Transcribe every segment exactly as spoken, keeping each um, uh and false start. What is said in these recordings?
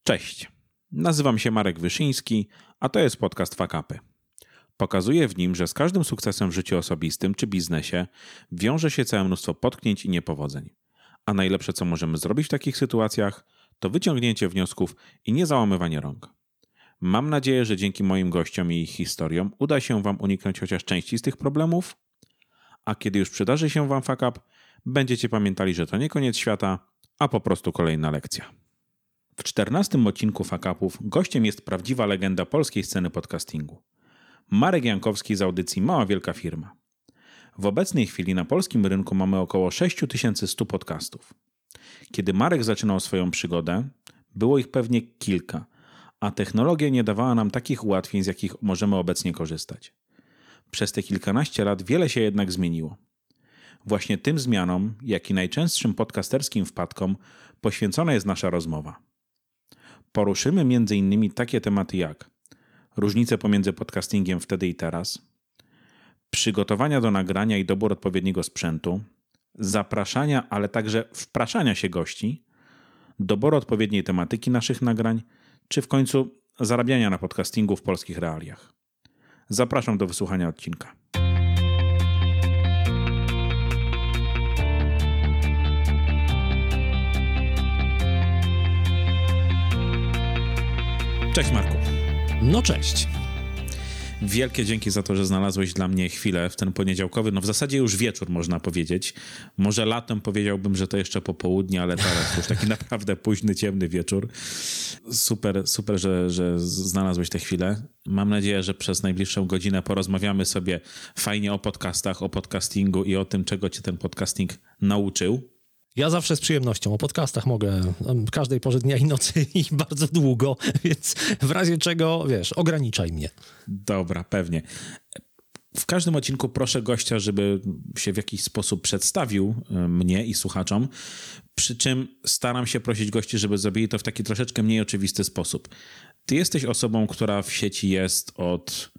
Cześć, nazywam się Marek Wyszyński, a to jest podcast Fakapy. Pokazuję w nim, że z każdym sukcesem w życiu osobistym czy biznesie wiąże się całe mnóstwo potknięć i niepowodzeń. A najlepsze, co możemy zrobić w takich sytuacjach, to wyciągnięcie wniosków i nie załamywanie rąk. Mam nadzieję, że dzięki moim gościom i ich historiom uda się Wam uniknąć chociaż części z tych problemów, a kiedy już przydarzy się Wam fuck up, będziecie pamiętali, że to nie koniec świata, a po prostu kolejna lekcja. W czternastym odcinku Fuck Upów gościem jest prawdziwa legenda polskiej sceny podcastingu. Marek Jankowski z audycji Mała Wielka Firma. W obecnej chwili na polskim rynku mamy około sześć tysięcy sto podcastów. Kiedy Marek zaczynał swoją przygodę, było ich pewnie kilka, a technologia nie dawała nam takich ułatwień, z jakich możemy obecnie korzystać. Przez te kilkanaście lat wiele się jednak zmieniło. Właśnie tym zmianom, jak i najczęstszym podcasterskim wpadkom, poświęcona jest nasza rozmowa. Poruszymy między innymi takie tematy jak różnice pomiędzy podcastingiem wtedy i teraz, przygotowania do nagrania i dobór odpowiedniego sprzętu, zapraszania, ale także wpraszania się gości, doboru odpowiedniej tematyki naszych nagrań, czy w końcu zarabiania na podcastingu w polskich realiach. Zapraszam do wysłuchania odcinka. Cześć Marku. No cześć. Wielkie dzięki za to, że znalazłeś dla mnie chwilę w ten poniedziałkowy, no w zasadzie już wieczór można powiedzieć. Może latem powiedziałbym, że to jeszcze popołudnie, ale teraz już taki naprawdę późny, ciemny wieczór. Super, super, że, że znalazłeś tę chwilę. Mam nadzieję, że przez najbliższą godzinę porozmawiamy sobie fajnie o podcastach, o podcastingu i o tym, czego cię ten podcasting nauczył. Ja zawsze z przyjemnością. O podcastach mogę w każdej porze dnia i nocy i bardzo długo, więc w razie czego, wiesz, ograniczaj mnie. Dobra, pewnie. W każdym odcinku proszę gościa, żeby się w jakiś sposób przedstawił mnie i słuchaczom, przy czym staram się prosić gości, żeby zrobili to w taki troszeczkę mniej oczywisty sposób. Ty jesteś osobą, która w sieci jest od...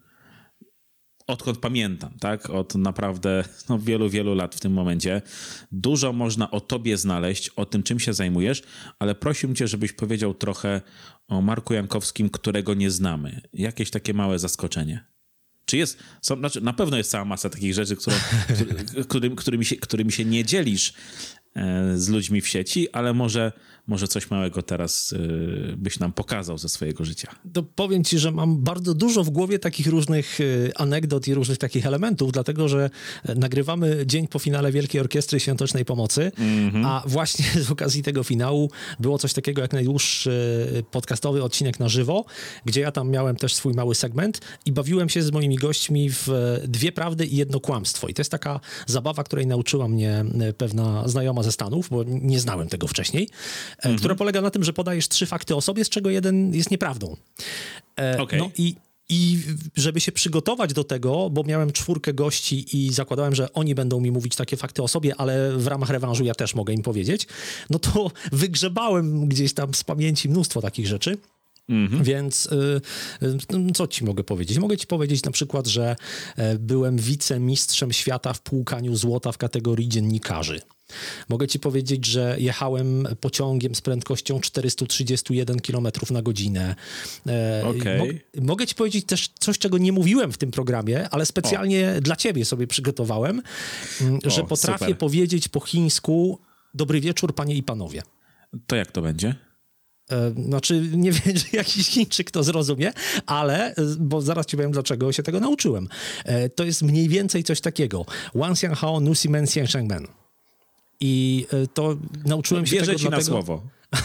Odkąd pamiętam, tak? Od naprawdę no, wielu, wielu lat w tym momencie. Dużo można o tobie znaleźć, o tym, czym się zajmujesz, ale prosiłbym cię, żebyś powiedział trochę o Marku Jankowskim, którego nie znamy. Jakieś takie małe zaskoczenie. Czy jest, są, znaczy na pewno jest cała masa takich rzeczy, którą, którymi, którymi, się, którymi się nie dzielisz z ludźmi w sieci, ale może, może coś małego teraz y, byś nam pokazał ze swojego życia. To powiem ci, że mam bardzo dużo w głowie takich różnych y, anegdot i różnych takich elementów, dlatego, że nagrywamy dzień po finale Wielkiej Orkiestry Świątecznej Pomocy, mm-hmm. a właśnie z okazji tego finału było coś takiego jak najdłuższy podcastowy odcinek na żywo, gdzie ja tam miałem też swój mały segment i bawiłem się z moimi gośćmi w dwie prawdy i jedno kłamstwo. I to jest taka zabawa, której nauczyła mnie pewna znajoma ze Stanów, bo nie znałem tego wcześniej, mm-hmm. która polega na tym, że podajesz trzy fakty o sobie, z czego jeden jest nieprawdą. E, okay. No i, i żeby się przygotować do tego, bo miałem czwórkę gości i zakładałem, że oni będą mi mówić takie fakty o sobie, ale w ramach rewanżu ja też mogę im powiedzieć, no to wygrzebałem gdzieś tam z pamięci mnóstwo takich rzeczy. Mm-hmm. Więc y, y, co ci mogę powiedzieć? Mogę ci powiedzieć na przykład, że y, byłem wicemistrzem świata w płukaniu złota w kategorii dziennikarzy. Mogę ci powiedzieć, że jechałem pociągiem z prędkością czterysta trzydzieści jeden kilometrów na godzinę. Okay. Mog- mogę ci powiedzieć też coś, czego nie mówiłem w tym programie, ale specjalnie o. dla ciebie sobie przygotowałem, o, że potrafię super. powiedzieć po chińsku dobry wieczór, panie i panowie. To jak to będzie? Znaczy, nie wiem, czy jakiś Chińczyk to zrozumie, ale, bo zaraz ci powiem, dlaczego się tego nauczyłem. To jest mniej więcej coś takiego. Wan xiang hao, nu si men xiang sheng men. I to nauczyłem się Wierzę tego ci dlatego... na słowo.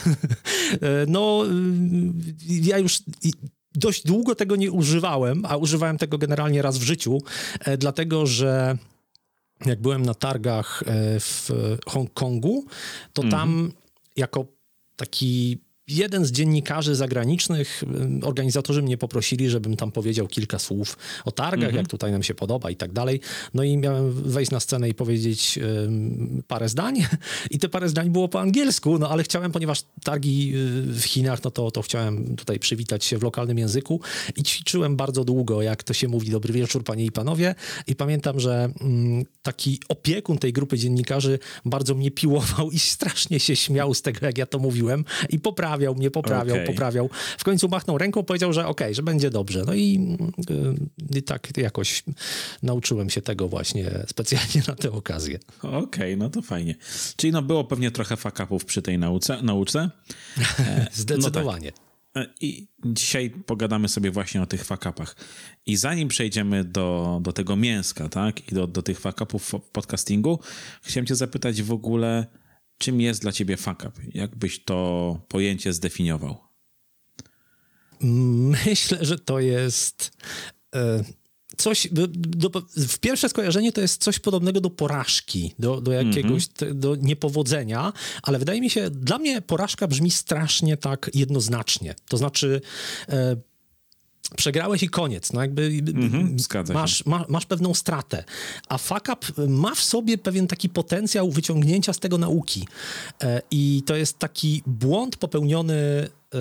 No, ja już dość długo tego nie używałem, a używałem tego generalnie raz w życiu, dlatego, że jak byłem na targach w Hongkongu, to mm. tam jako taki jeden z dziennikarzy zagranicznych, organizatorzy mnie poprosili, żebym tam powiedział kilka słów o targach, mm-hmm. jak tutaj nam się podoba i tak dalej. No i miałem wejść na scenę i powiedzieć um, parę zdań i te parę zdań było po angielsku, no ale chciałem, ponieważ targi w Chinach, no to, to chciałem tutaj przywitać się w lokalnym języku i ćwiczyłem bardzo długo, jak to się mówi, dobry wieczór panie i panowie, i pamiętam, że um, taki opiekun tej grupy dziennikarzy bardzo mnie piłował i strasznie się śmiał z tego, jak ja to mówiłem i poprawił poprawiał mnie, poprawiał, okay. poprawiał. W końcu machnął ręką, powiedział, że okej, okay, że będzie dobrze. No i, i tak jakoś nauczyłem się tego właśnie specjalnie na tę okazję. Okej, okay, no to fajnie. Czyli no było pewnie trochę fuck-upów przy tej nauce, nauce. Zdecydowanie. No tak. I dzisiaj pogadamy sobie właśnie o tych fuck-upach. I zanim przejdziemy do, do tego mięska, tak, i do, do tych fuck-upów w podcastingu, chciałem cię zapytać w ogóle, czym jest dla ciebie fuck-up? Jak byś to pojęcie zdefiniował? Myślę, że to jest e, coś, do, do, w pierwsze skojarzenie to jest coś podobnego do porażki, do, do jakiegoś, mm-hmm. do niepowodzenia, ale wydaje mi się, dla mnie porażka brzmi strasznie tak jednoznacznie. To znaczy e, przegrałeś i koniec. No jakby mm-hmm, zgadza masz, się. ma, masz pewną stratę. A fuck up ma w sobie pewien taki potencjał wyciągnięcia z tego nauki. E, I to jest taki błąd popełniony e,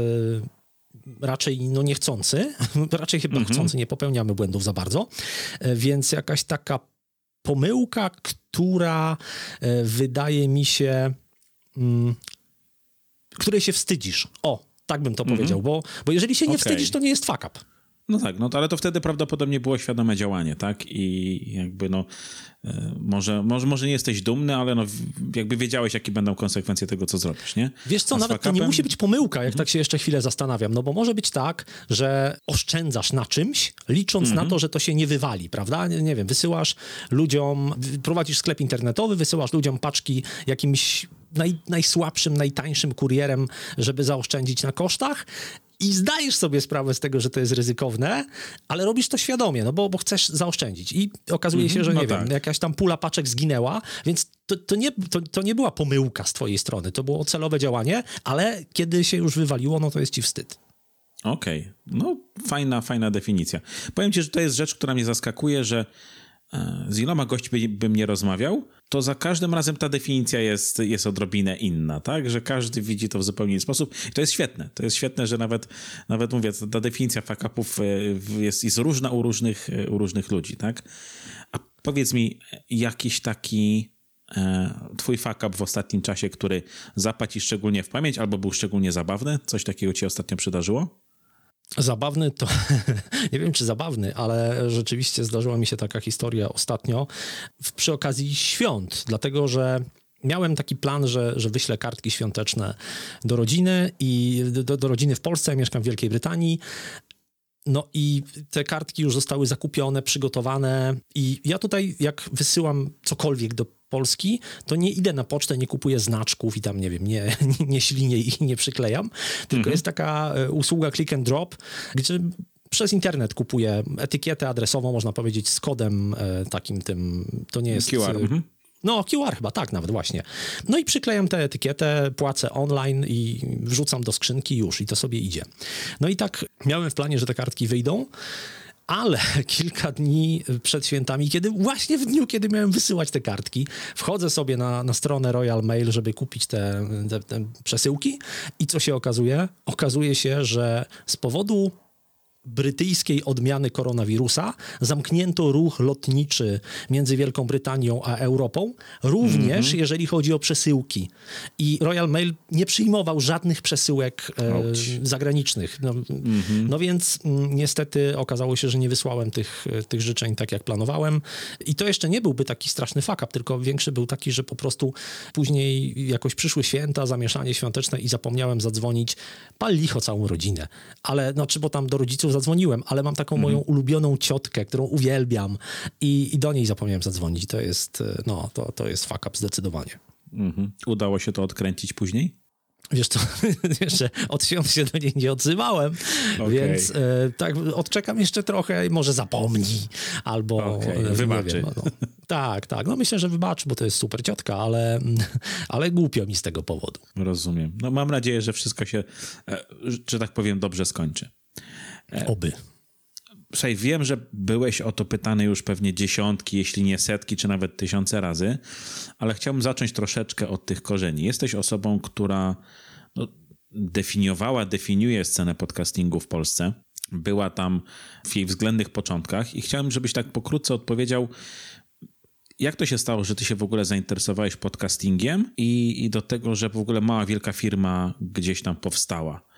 raczej no niechcący, raczej chyba mm-hmm. chcący, nie popełniamy błędów za bardzo, e, więc jakaś taka pomyłka, która e, wydaje mi się, mm, której się wstydzisz. O, tak bym to mm-hmm. powiedział, bo, bo jeżeli się nie okay. wstydzisz, to nie jest fuck up. No tak, no to, ale to wtedy prawdopodobnie było świadome działanie, tak? I jakby no, może, może, może nie jesteś dumny, ale no jakby wiedziałeś, jakie będą konsekwencje tego, co zrobisz, nie? Wiesz co, nawet to nie musi być pomyłka, jak mhm. tak się jeszcze chwilę zastanawiam, no bo może być tak, że oszczędzasz na czymś, licząc mhm. na to, że to się nie wywali, prawda? Nie, nie wiem, wysyłasz ludziom, prowadzisz sklep internetowy, wysyłasz ludziom paczki jakimś naj, najsłabszym, najtańszym kurierem, żeby zaoszczędzić na kosztach. I zdajesz sobie sprawę z tego, że to jest ryzykowne, ale robisz to świadomie, no bo, bo chcesz zaoszczędzić. I okazuje się, że no nie tak. wiem, jakaś tam pula paczek zginęła, więc to, to, nie, to, to nie była pomyłka z twojej strony, to było celowe działanie, ale kiedy się już wywaliło, no to jest ci wstyd. Okej, okay. No fajna, fajna definicja. Powiem ci, że to jest rzecz, która mnie zaskakuje, że z iloma gośćmi bym nie rozmawiał, to za każdym razem ta definicja jest, jest odrobinę inna, tak? Że każdy widzi to w zupełnie inny sposób. I to jest świetne. To jest świetne, że nawet, nawet mówię, ta definicja fuck-upów jest, jest różna u różnych, u różnych ludzi, tak? A powiedz mi, jakiś taki e, twój fuck-up w ostatnim czasie, który zapadł ci szczególnie w pamięć albo był szczególnie zabawny? Coś takiego ci ostatnio przydarzyło? Zabawny to, nie wiem czy zabawny, ale rzeczywiście zdarzyła mi się taka historia ostatnio w, przy okazji świąt, dlatego że miałem taki plan, że, że wyślę kartki świąteczne do rodziny i do, do rodziny w Polsce, ja mieszkam w Wielkiej Brytanii. No i te kartki już zostały zakupione, przygotowane i ja tutaj jak wysyłam cokolwiek do Polski, to nie idę na pocztę, nie kupuję znaczków i tam, nie wiem, nie, nie, nie ślinię i nie przyklejam, tylko mhm. jest taka usługa click and drop, gdzie przez internet kupuję etykietę adresową, można powiedzieć, z kodem takim tym, to nie jest... Q R. Mhm. No, Q R chyba, tak nawet właśnie. No i przyklejam tę etykietę, płacę online i wrzucam do skrzynki już i to sobie idzie. No i tak miałem w planie, że te kartki wyjdą, ale kilka dni przed świętami, kiedy właśnie w dniu, kiedy miałem wysyłać te kartki, wchodzę sobie na, na stronę Royal Mail, żeby kupić te, te, te przesyłki i co się okazuje? Okazuje się, że z powodu brytyjskiej odmiany koronawirusa zamknięto ruch lotniczy między Wielką Brytanią a Europą, również mm-hmm. jeżeli chodzi o przesyłki. I Royal Mail nie przyjmował żadnych przesyłek e, zagranicznych. No, mm-hmm. no więc m, niestety okazało się, że nie wysłałem tych, tych życzeń tak, jak planowałem. I to jeszcze nie byłby taki straszny fuck up, tylko większy był taki, że po prostu później jakoś przyszły święta, zamieszanie świąteczne i zapomniałem zadzwonić. Pal licho całą rodzinę. Ale, no, czy bo tam do rodziców zadzwoniłem, ale mam taką mm-hmm. moją ulubioną ciotkę, którą uwielbiam i, i do niej zapomniałem zadzwonić. To jest, no, to, to jest fuck up zdecydowanie. Mm-hmm. Udało się to odkręcić później? Wiesz co, jeszcze od świąt się do niej nie odzywałem, okay. więc e, tak odczekam jeszcze trochę i może zapomni, albo okay. wybaczy. Nie wiem, no, no. Tak, tak. No myślę, że wybaczy, bo to jest super ciotka, ale, ale głupio mi z tego powodu. Rozumiem. No mam nadzieję, że wszystko się, że tak powiem, dobrze skończy. Oby. Słuchaj, wiem, że byłeś o to pytany już pewnie dziesiątki, jeśli nie setki, czy nawet tysiące razy, ale chciałbym zacząć troszeczkę od tych korzeni. Jesteś osobą, która no, definiowała, definiuje scenę podcastingu w Polsce. Była tam w jej względnych początkach i chciałem, żebyś tak pokrótce odpowiedział, Jak to się stało, że ty się w ogóle zainteresowałeś podcastingiem i, i do tego, że w ogóle mała, wielka firma gdzieś tam powstała?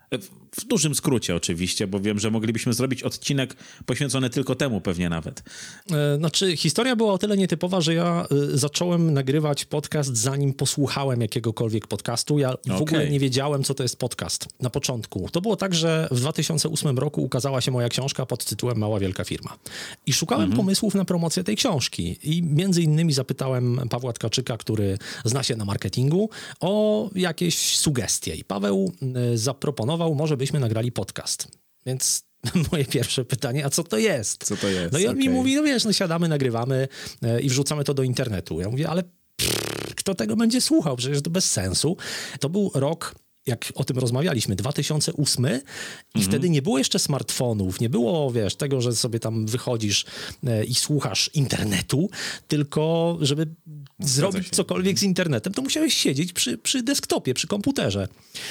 W dużym skrócie oczywiście, bo wiem, że moglibyśmy zrobić odcinek poświęcony tylko temu pewnie nawet. E, znaczy, historia była o tyle nietypowa, że ja y, zacząłem nagrywać podcast, zanim posłuchałem jakiegokolwiek podcastu. Ja w okay. ogóle nie wiedziałem, co to jest podcast na początku. To było tak, że w dwa tysiące ósmym roku ukazała się moja książka pod tytułem Mała Wielka Firma. I szukałem mhm. pomysłów na promocję tej książki. I między innymi zapytałem Pawła Tkaczyka, który zna się na marketingu, o jakieś sugestie. I Paweł y, zaproponował, może byśmy nagrali podcast. Więc moje pierwsze pytanie, a co to jest? Co to jest? No i on okay. mi mówi, no wiesz, no siadamy, nagrywamy e, i wrzucamy to do internetu. Ja mówię, ale pff, kto tego będzie słuchał? Przecież to bez sensu. To był rok, jak o tym rozmawialiśmy, dwa tysiące ósmy i mhm. wtedy nie było jeszcze smartfonów, nie było, wiesz, tego, że sobie tam wychodzisz e, i słuchasz internetu, tylko żeby Zgadza zrobić się. cokolwiek z internetem, to musiałeś siedzieć przy, przy desktopie, przy komputerze.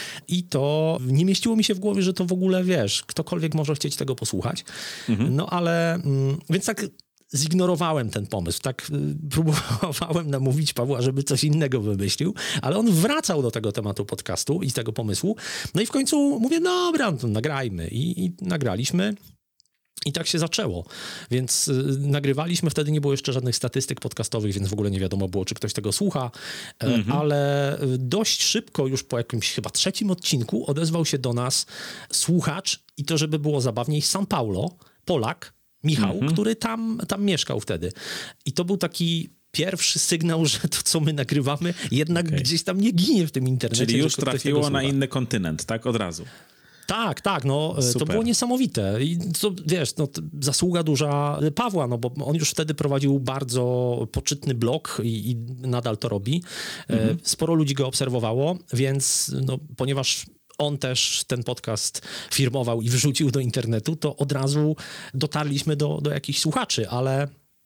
I to nie mieściło mi się w głowie, że to w ogóle, wiesz, ktokolwiek może chcieć tego posłuchać. Mhm. No ale, mm, więc tak zignorowałem ten pomysł, tak y, próbowałem namówić Pawła, żeby coś innego wymyślił, ale on wracał do tego tematu podcastu i tego pomysłu. No i w końcu mówię, dobra, to nagrajmy. I, i nagraliśmy. I tak się zaczęło, więc y, nagrywaliśmy, wtedy nie było jeszcze żadnych statystyk podcastowych, więc w ogóle nie wiadomo było, czy ktoś tego słucha, mm-hmm. ale dość szybko, już po jakimś chyba trzecim odcinku odezwał się do nas słuchacz i to, żeby było zabawniej, z São Paulo, Polak, Michał, mm-hmm. który tam, tam mieszkał wtedy. I to był taki pierwszy sygnał, że to, co my nagrywamy, jednak okay. gdzieś tam nie ginie w tym internecie. Czyli już trafiło na inny kontynent, tak? Od razu. Tak, tak, no Super. To było niesamowite i to, wiesz, no, zasługa duża Pawła, no bo on już wtedy prowadził bardzo poczytny blog i, i nadal to robi. Mhm. Sporo ludzi go obserwowało, więc no, ponieważ on też ten podcast firmował i wrzucił do internetu, to od razu dotarliśmy do, do jakichś słuchaczy, ale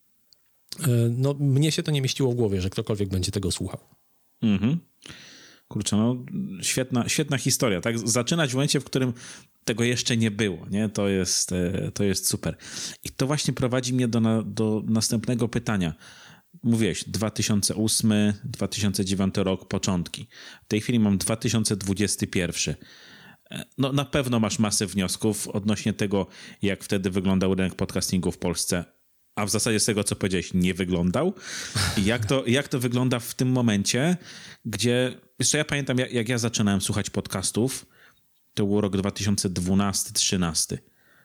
no, mnie się to nie mieściło w głowie, że ktokolwiek będzie tego słuchał. Mhm. Kurczę, no świetna, świetna historia, tak? Zaczynać w momencie, w którym tego jeszcze nie było, nie? To jest, to jest super. I to właśnie prowadzi mnie do, do następnego pytania. Mówiłeś, dwa tysiące ósmy, dwa tysiące dziewiąty rok, początki. W tej chwili mam dwa tysiące dwudziesty pierwszy. No na pewno masz masę wniosków odnośnie tego, jak wtedy wyglądał rynek podcastingu w Polsce, a w zasadzie z tego, co powiedziałeś, nie wyglądał. I jak to, jak to wygląda w tym momencie, gdzie... Jeszcze ja pamiętam, jak, jak ja zaczynałem słuchać podcastów, to był rok dwa tysiące dwunasty trzynasty.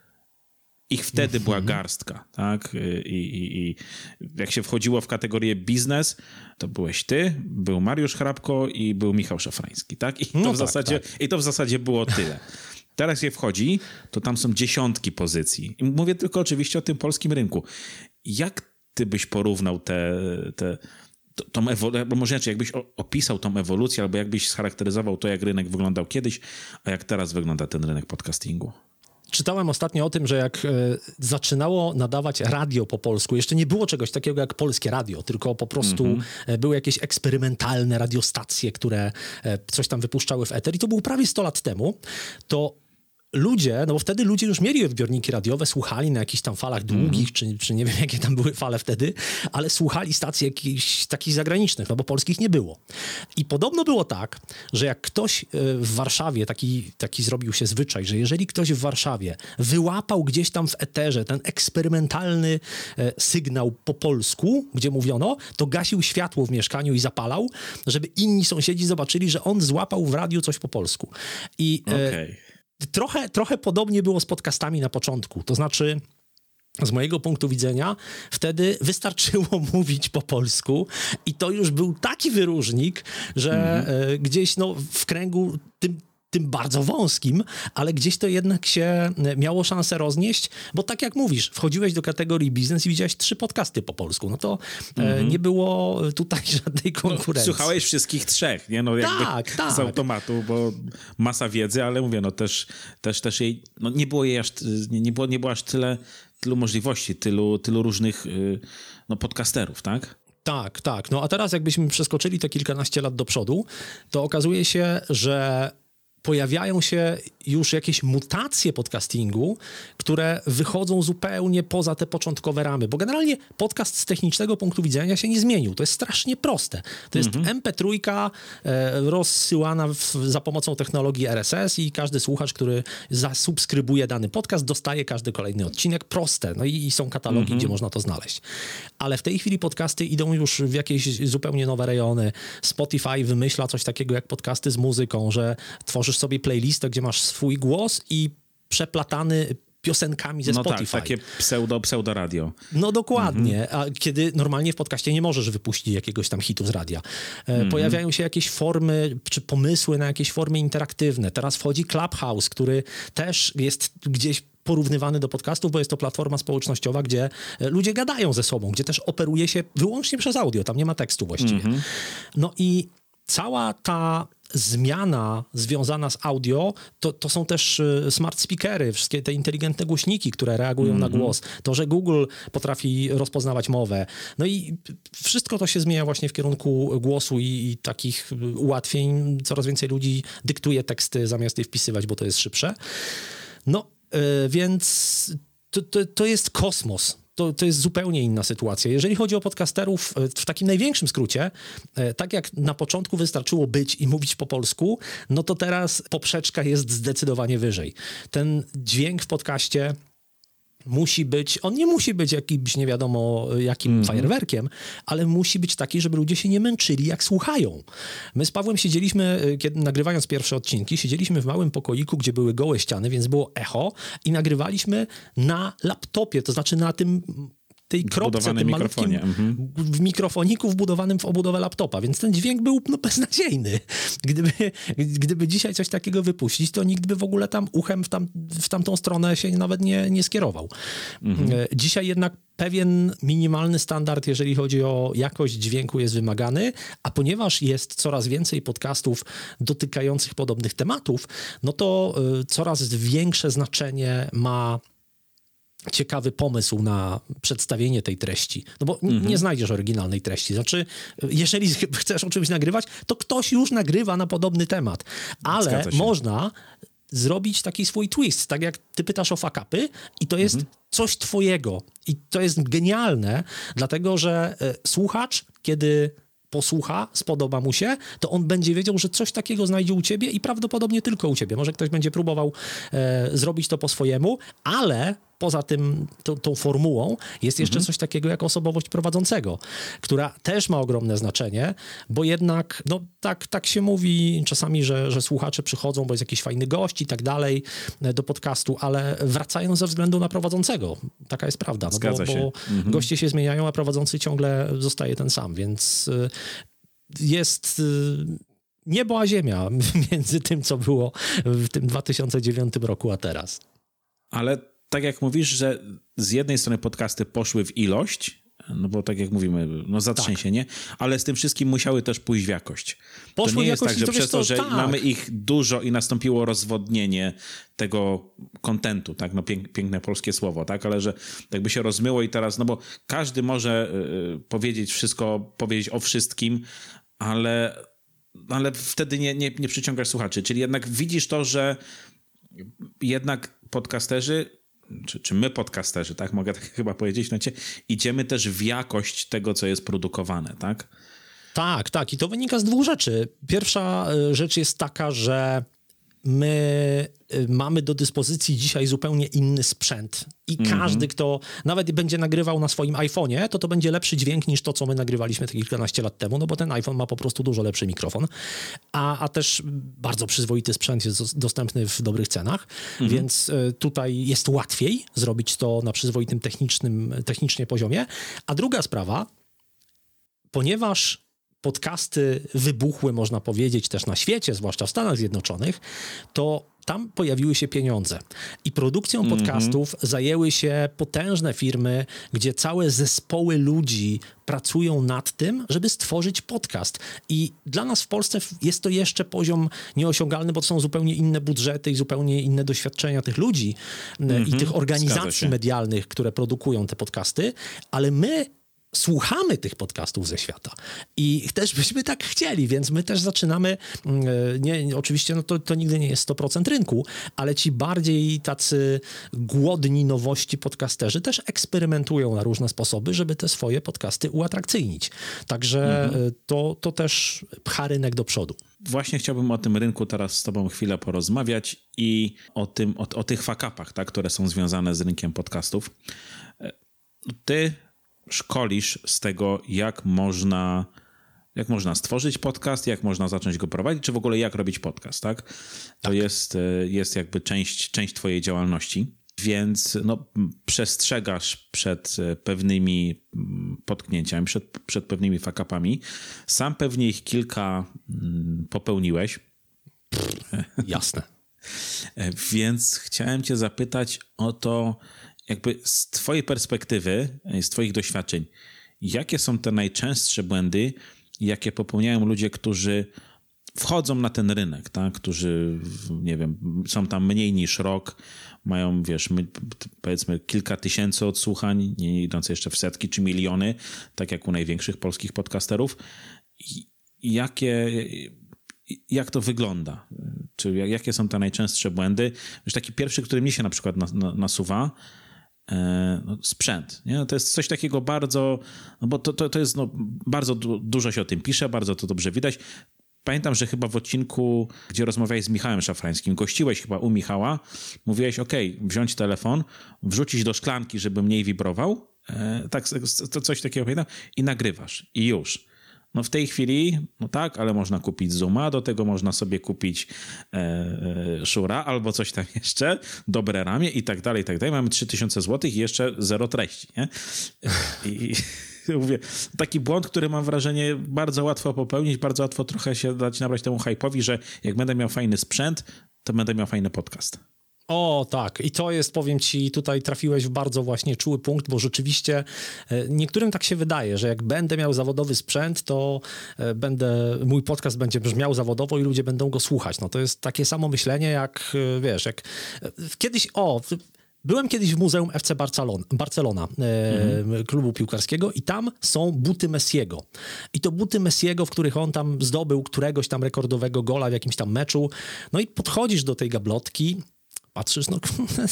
Ich wtedy mm-hmm. była garstka, tak? I, i, I jak się wchodziło w kategorię biznes, to byłeś ty, był Mariusz Hrabko i był Michał Szafrański, tak? I to, no w, tak, zasadzie, tak. I to w zasadzie było tyle. Teraz je wchodzi, to tam są dziesiątki pozycji. I mówię tylko oczywiście o tym polskim rynku. Jak ty byś porównał te, te, to, tą ewolucję, bo może inaczej, jakbyś opisał tą ewolucję, albo jakbyś scharakteryzował to, jak rynek wyglądał kiedyś, a jak teraz wygląda ten rynek podcastingu? Czytałem ostatnio o tym, że jak e, zaczynało nadawać radio po polsku, jeszcze nie było czegoś takiego jak polskie radio, tylko po prostu mm-hmm. e, były jakieś eksperymentalne radiostacje, które e, coś tam wypuszczały w eter i to było prawie sto lat temu, to ludzie, no bo wtedy ludzie już mieli odbiorniki radiowe, słuchali na jakichś tam falach długich, mm. czy, czy nie wiem, jakie tam były fale wtedy, ale słuchali stacji jakichś takich zagranicznych, no bo polskich nie było. I podobno było tak, że jak ktoś w Warszawie, taki, taki zrobił się zwyczaj, że jeżeli ktoś w Warszawie wyłapał gdzieś tam w eterze ten eksperymentalny sygnał po polsku, gdzie mówiono, to gasił światło w mieszkaniu i zapalał, żeby inni sąsiedzi zobaczyli, że on złapał w radiu coś po polsku. I okay. Trochę, trochę podobnie było z podcastami na początku. To znaczy, z mojego punktu widzenia, wtedy wystarczyło mówić po polsku i to już był taki wyróżnik, że mm-hmm. gdzieś no, w kręgu tym, tym bardzo wąskim, ale gdzieś to jednak się miało szansę roznieść, bo tak jak mówisz, wchodziłeś do kategorii biznes i widziałeś trzy podcasty po polsku, no to mm-hmm. nie było tutaj żadnej konkurencji. No, słuchałeś wszystkich trzech, nie? No jakby tak, tak. Z automatu, bo masa wiedzy, ale mówię, no też, też, też jej, no nie było jej aż, nie, nie było, nie było aż tyle, tylu możliwości, tylu, tylu różnych no, podcasterów, tak? Tak, tak. No a teraz jakbyśmy przeskoczyli te kilkanaście lat do przodu, to okazuje się, że pojawiają się już jakieś mutacje podcastingu, które wychodzą zupełnie poza te początkowe ramy, bo generalnie podcast z technicznego punktu widzenia się nie zmienił. To jest strasznie proste. To jest Mhm. em pe trzy e, rozsyłana w, za pomocą technologii er es es i każdy słuchacz, który zasubskrybuje dany podcast, dostaje każdy kolejny odcinek. Proste. No i, i są katalogi, Mhm. gdzie można to znaleźć. Ale w tej chwili podcasty idą już w jakieś zupełnie nowe rejony. Spotify wymyśla coś takiego jak podcasty z muzyką, że tworzysz sobie playlistę, gdzie masz swój głos i przeplatany piosenkami ze no Spotify. tak, takie pseudo, pseudo radio. No dokładnie, a kiedy normalnie w podcaście nie możesz wypuścić jakiegoś tam hitu z radia. E, Mhm. Pojawiają się jakieś formy, czy pomysły na jakieś formy interaktywne. Teraz wchodzi Clubhouse, który też jest gdzieś porównywany do podcastów, bo jest to platforma społecznościowa, gdzie e, ludzie gadają ze sobą, gdzie też operuje się wyłącznie przez audio, tam nie ma tekstu właściwie. Mhm. No i cała ta zmiana związana z audio, to, to są też y, smart speakery, wszystkie te inteligentne głośniki, które reagują mm-hmm. na głos. To, że Google potrafi rozpoznawać mowę. No i wszystko to się zmienia właśnie w kierunku głosu i, i takich ułatwień. Coraz więcej ludzi dyktuje teksty zamiast je wpisywać, bo to jest szybsze. No, y, więc to, to, to jest kosmos. To, to jest zupełnie inna sytuacja. Jeżeli chodzi o podcasterów, w takim największym skrócie, tak jak na początku wystarczyło być i mówić po polsku, no to teraz poprzeczka jest zdecydowanie wyżej. Ten dźwięk w podcaście musi być, on nie musi być jakimś nie wiadomo jakim mm-hmm. fajerwerkiem, ale musi być taki, żeby ludzie się nie męczyli, jak słuchają. My z Pawłem siedzieliśmy, kiedy nagrywając pierwsze odcinki, siedzieliśmy w małym pokoiku, gdzie były gołe ściany, więc było echo i nagrywaliśmy na laptopie, to znaczy na tym tej kropce, tym malutkim mhm. w mikrofoniku wbudowanym w obudowę laptopa, więc ten dźwięk był no, beznadziejny. Gdyby, gdyby dzisiaj coś takiego wypuścić, to nikt by w ogóle tam uchem w, tam, w tamtą stronę się nawet nie, nie skierował. Mhm. Dzisiaj jednak pewien minimalny standard, jeżeli chodzi o jakość dźwięku, jest wymagany, a ponieważ jest coraz więcej podcastów dotykających podobnych tematów, no to y, coraz większe znaczenie ma ciekawy pomysł na przedstawienie tej treści. No bo mm-hmm. nie znajdziesz oryginalnej treści. Znaczy, jeżeli chcesz o czymś nagrywać, to ktoś już nagrywa na podobny temat. Ale można zrobić taki swój twist. Tak jak ty pytasz o fuck-upy i to jest mm-hmm. coś twojego. I to jest genialne, dlatego że e, słuchacz, kiedy posłucha, spodoba mu się, to on będzie wiedział, że coś takiego znajdzie u ciebie i prawdopodobnie tylko u ciebie. Może ktoś będzie próbował e, zrobić to po swojemu, ale poza tym, tą, tą formułą jest jeszcze mhm. coś takiego jak osobowość prowadzącego, która też ma ogromne znaczenie, bo jednak, no tak, tak się mówi czasami, że, że słuchacze przychodzą, bo jest jakiś fajny gość i tak dalej do podcastu, ale wracają ze względu na prowadzącego. Taka jest prawda. No Zgadza bo, się. bo mhm. goście się zmieniają, a prowadzący ciągle zostaje ten sam, więc jest niebo a ziemia między tym, co było w tym dwa tysiące dziewiątym roku, a teraz. Ale tak jak mówisz, że z jednej strony podcasty poszły w ilość, no bo tak jak mówimy, no zatrzęsienie, tak. ale z tym wszystkim musiały też pójść w jakość. Poszły to nie jest jakoś, tak, że to przez to, to, że tak. mamy ich dużo i nastąpiło rozwodnienie tego kontentu, tak, no pięk, piękne polskie słowo, tak, ale że jakby się rozmyło i teraz, no bo każdy może y, powiedzieć wszystko, powiedzieć o wszystkim, ale, ale wtedy nie, nie, nie przyciągasz słuchaczy, czyli jednak widzisz to, że jednak podcasterzy Czy, czy my podcasterzy, tak mogę tak chyba powiedzieć, znaczy, idziemy też w jakość tego, co jest produkowane, tak? Tak, tak. I to wynika z dwóch rzeczy. Pierwsza rzecz jest taka, że my mamy do dyspozycji dzisiaj zupełnie inny sprzęt i mm-hmm. każdy, kto nawet będzie nagrywał na swoim iPhone'ie, to to będzie lepszy dźwięk niż to, co my nagrywaliśmy te kilkanaście lat temu, no bo ten iPhone ma po prostu dużo lepszy mikrofon, a, a też bardzo przyzwoity sprzęt jest dostępny w dobrych cenach, mm-hmm. więc y, tutaj jest łatwiej zrobić to na przyzwoitym technicznym, technicznie poziomie. A druga sprawa, ponieważ podcasty wybuchły, można powiedzieć, też na świecie, zwłaszcza w Stanach Zjednoczonych, to tam pojawiły się pieniądze. I produkcją mm-hmm. podcastów zajęły się potężne firmy, gdzie całe zespoły ludzi pracują nad tym, żeby stworzyć podcast. I dla nas w Polsce jest to jeszcze poziom nieosiągalny, bo to są zupełnie inne budżety i zupełnie inne doświadczenia tych ludzi mm-hmm. i tych organizacji medialnych, które produkują te podcasty, ale my słuchamy tych podcastów ze świata i też byśmy tak chcieli, więc my też zaczynamy, nie, nie, oczywiście no to, to nigdy nie jest sto procent rynku, ale ci bardziej tacy głodni nowości podcasterzy też eksperymentują na różne sposoby, żeby te swoje podcasty uatrakcyjnić. Także mhm. to, to też pcha rynek do przodu. Właśnie chciałbym o tym rynku teraz z tobą chwilę porozmawiać i o tym, o, o tych fuck-upach, tak, które są związane z rynkiem podcastów. Ty szkolisz z tego, jak można, jak można stworzyć podcast, jak można zacząć go prowadzić, czy w ogóle jak robić podcast, tak? To tak. Jest, jest jakby część, część twojej działalności, więc no, przestrzegasz przed pewnymi potknięciami, przed, przed pewnymi fuck-upami. Sam pewnie ich kilka popełniłeś. Jasne. Więc chciałem cię zapytać o to, jakby z twojej perspektywy, z twoich doświadczeń, jakie są te najczęstsze błędy, jakie popełniają ludzie, którzy wchodzą na ten rynek, tak? Którzy, nie wiem, są tam mniej niż rok, mają, wiesz, my, powiedzmy kilka tysięcy odsłuchań, nie idące jeszcze w setki czy miliony, tak jak u największych polskich podcasterów. I jakie, jak to wygląda? Czy jakie są te najczęstsze błędy? Wiesz, taki pierwszy, który mi się na przykład nasuwa, No, sprzęt. Nie? To jest coś takiego bardzo, no bo to, to, to jest, no, bardzo du- dużo się o tym pisze, bardzo to dobrze widać. Pamiętam, że chyba w odcinku, gdzie rozmawiałeś z Michałem Szafrańskim, gościłeś chyba u Michała, mówiłeś, ok, wziąć telefon, wrzucić do szklanki, żeby mniej wibrował, e, tak, to coś takiego pamiętam, i nagrywasz. I już. No w tej chwili, no tak, ale można kupić Zooma, do tego można sobie kupić e, e, Shure albo coś tam jeszcze, dobre ramię i tak dalej, i tak dalej. Mamy trzy tysiące złotych i jeszcze zero treści, nie? I, i mówię, taki błąd, który mam wrażenie bardzo łatwo popełnić, bardzo łatwo trochę się dać nabrać temu hype'owi, że jak będę miał fajny sprzęt, to będę miał fajny podcast. O tak, i to jest, powiem ci, tutaj trafiłeś w bardzo właśnie czuły punkt, bo rzeczywiście niektórym tak się wydaje, że jak będę miał zawodowy sprzęt, to będę, mój podcast będzie brzmiał zawodowo i ludzie będą go słuchać. No to jest takie samo myślenie jak, wiesz, jak kiedyś, o... Byłem kiedyś w Muzeum F C Barcelona, Barcelona e, mhm. klubu piłkarskiego i tam są buty Messiego. I to buty Messiego, w których on tam zdobył któregoś tam rekordowego gola w jakimś tam meczu. No i podchodzisz do tej gablotki, patrzysz, no,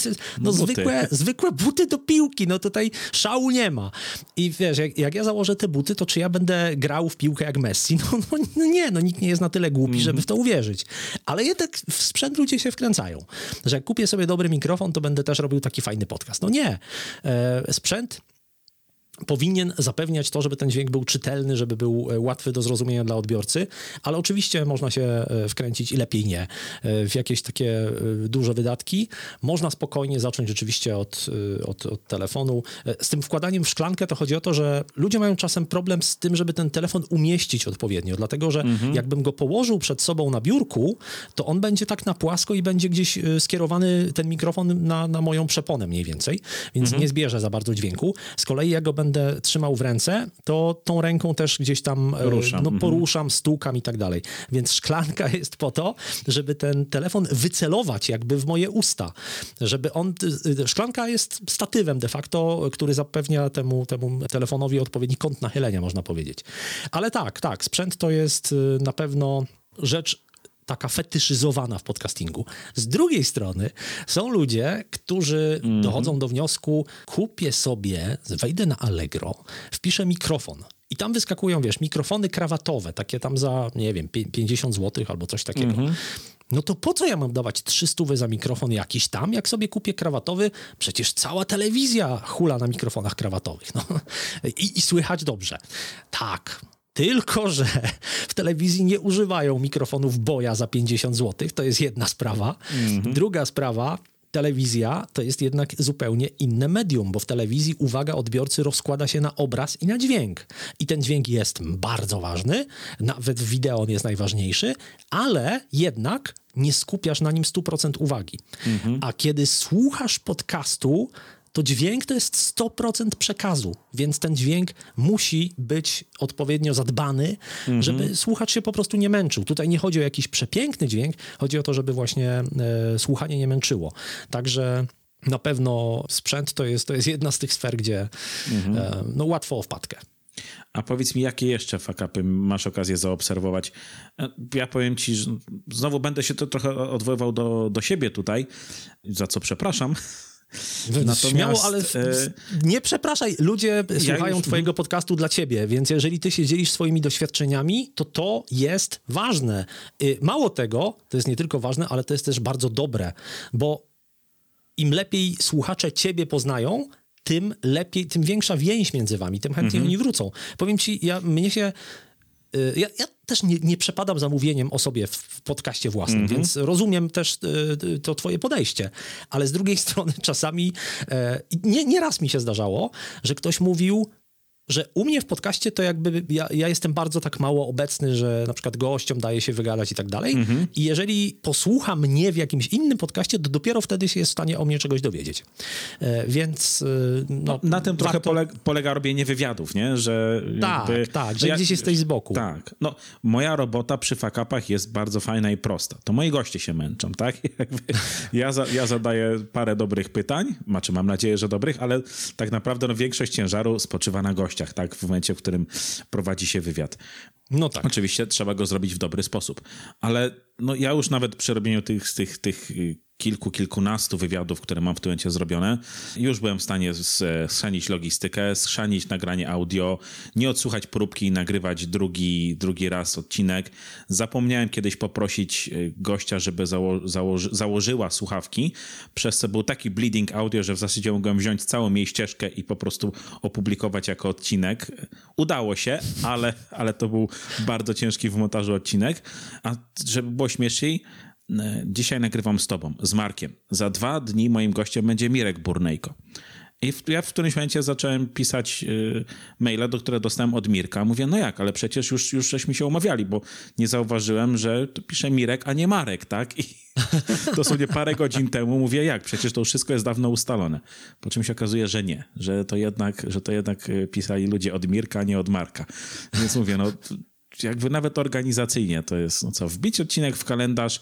no zwykłe, zwykłe buty do piłki, no tutaj szału nie ma. I wiesz, jak, jak ja założę te buty, to czy ja będę grał w piłkę jak Messi? No, no, no nie, no nikt nie jest na tyle głupi, mm. żeby w to uwierzyć. Ale jednak w sprzęt ludzie się wkręcają. Że jak kupię sobie dobry mikrofon, to będę też robił taki fajny podcast. No nie. E, sprzęt powinien zapewniać to, żeby ten dźwięk był czytelny, żeby był łatwy do zrozumienia dla odbiorcy, ale oczywiście można się wkręcić i lepiej nie w jakieś takie duże wydatki. Można spokojnie zacząć rzeczywiście od, od, od telefonu. Z tym wkładaniem w szklankę to chodzi o to, że ludzie mają czasem problem z tym, żeby ten telefon umieścić odpowiednio, dlatego, że mhm. jakbym go położył przed sobą na biurku, to on będzie tak na płasko i będzie gdzieś skierowany ten mikrofon na, na moją przeponę mniej więcej, więc mhm. nie zbierze za bardzo dźwięku. Z kolei jak go będę będę trzymał w ręce, to tą ręką też gdzieś tam Ruszam. no, poruszam, stukam i tak dalej. Więc szklanka jest po to, żeby ten telefon wycelować jakby w moje usta. Żeby on... Szklanka jest statywem de facto, który zapewnia temu, temu telefonowi odpowiedni kąt nachylenia, można powiedzieć. Ale tak, tak, sprzęt to jest na pewno rzecz taka fetyszyzowana w podcastingu. Z drugiej strony są ludzie, którzy mm-hmm. dochodzą do wniosku, kupię sobie, wejdę na Allegro, wpiszę mikrofon i tam wyskakują, wiesz, mikrofony krawatowe, takie tam za, nie wiem, pięćdziesiąt złotych albo coś takiego. Mm-hmm. No to po co ja mam dawać trzysta za mikrofon jakiś tam, jak sobie kupię krawatowy? Przecież cała telewizja hula na mikrofonach krawatowych. No. I, i słychać dobrze. Tak. Tylko że w telewizji nie używają mikrofonów Boya za pięćdziesiąt złotych, to jest jedna sprawa. Mm-hmm. Druga sprawa, telewizja to jest jednak zupełnie inne medium, bo w telewizji uwaga odbiorcy rozkłada się na obraz i na dźwięk. I ten dźwięk jest bardzo ważny, nawet w wideo on jest najważniejszy, ale jednak nie skupiasz na nim sto procent uwagi. Mm-hmm. A kiedy słuchasz podcastu, to dźwięk to jest sto procent przekazu, więc ten dźwięk musi być odpowiednio zadbany, mm-hmm. żeby słuchacz się po prostu nie męczył. Tutaj nie chodzi o jakiś przepiękny dźwięk, chodzi o to, żeby właśnie e, słuchanie nie męczyło. Także na pewno sprzęt to jest, to jest jedna z tych sfer, gdzie mhm. e, no, łatwo o wpadkę. A powiedz mi, jakie jeszcze fuck-upy masz okazję zaobserwować? Ja powiem ci, że znowu będę się to trochę odwoływał do, do siebie tutaj, za co przepraszam. Natomiast, śmiało, ale e... nie przepraszaj. Ludzie ja słuchają już... twojego podcastu dla ciebie, więc jeżeli ty się dzielisz swoimi doświadczeniami, to to jest ważne. Mało tego, to jest nie tylko ważne, ale to jest też bardzo dobre, bo im lepiej słuchacze ciebie poznają, tym lepiej, tym większa więź między wami, tym chętniej mm-hmm. oni wrócą. Powiem ci, ja, mnie się... Ja, ja też nie, nie przepadam za mówieniem o sobie w, w podcaście własnym, mm-hmm. więc rozumiem też y, to twoje podejście, ale z drugiej strony czasami y, nie, nie raz mi się zdarzało, że ktoś mówił, że u mnie w podcaście to jakby ja, ja jestem bardzo tak mało obecny, że na przykład gościom daje się wygadać i tak dalej mm-hmm. i jeżeli posłucha mnie w jakimś innym podcaście, to dopiero wtedy się jest w stanie o mnie czegoś dowiedzieć. E, więc... No, no, na tym trochę warto... polega, polega robienie wywiadów, nie? Że tak, jakby, tak, że ja, gdzieś jesteś z boku. Tak. No, moja robota przy fuck-upach jest bardzo fajna i prosta. To moi goście się męczą, tak? Jakby ja, za, ja zadaję parę dobrych pytań, znaczy mam nadzieję, że dobrych, ale tak naprawdę no, większość ciężaru spoczywa na gościach. Tak, w momencie, w którym prowadzi się wywiad. No tak. Oczywiście trzeba go zrobić w dobry sposób, ale no, ja już nawet przy robieniu tych, tych, tych kilku, kilkunastu wywiadów, które mam w tym momencie zrobione, już byłem w stanie schrzanić logistykę, schrzanić nagranie audio, nie odsłuchać próbki i nagrywać drugi, drugi raz odcinek. Zapomniałem kiedyś poprosić gościa, żeby zało, założy, założyła słuchawki, przez co był taki bleeding audio, że w zasadzie mogłem wziąć całą jej ścieżkę i po prostu opublikować jako odcinek. Udało się, ale, ale to był bardzo ciężki w montażu odcinek. A żeby było śmieszniej, dzisiaj nagrywam z tobą, z Markiem. Za dwa dni moim gościem będzie Mirek Burnejko. I w, ja w którymś momencie zacząłem pisać y, maile, do które dostałem od Mirka. Mówię, no jak, ale przecież już, już żeśmy się umawiali, bo nie zauważyłem, że to pisze Mirek, a nie Marek, tak? I dosłownie parę godzin temu mówię, jak? Przecież to już wszystko jest dawno ustalone. Po czym się okazuje, że nie, że to jednak, że to jednak pisali ludzie od Mirka, a nie od Marka. Więc mówię, no jakby nawet organizacyjnie to jest, no co, wbić odcinek w kalendarz,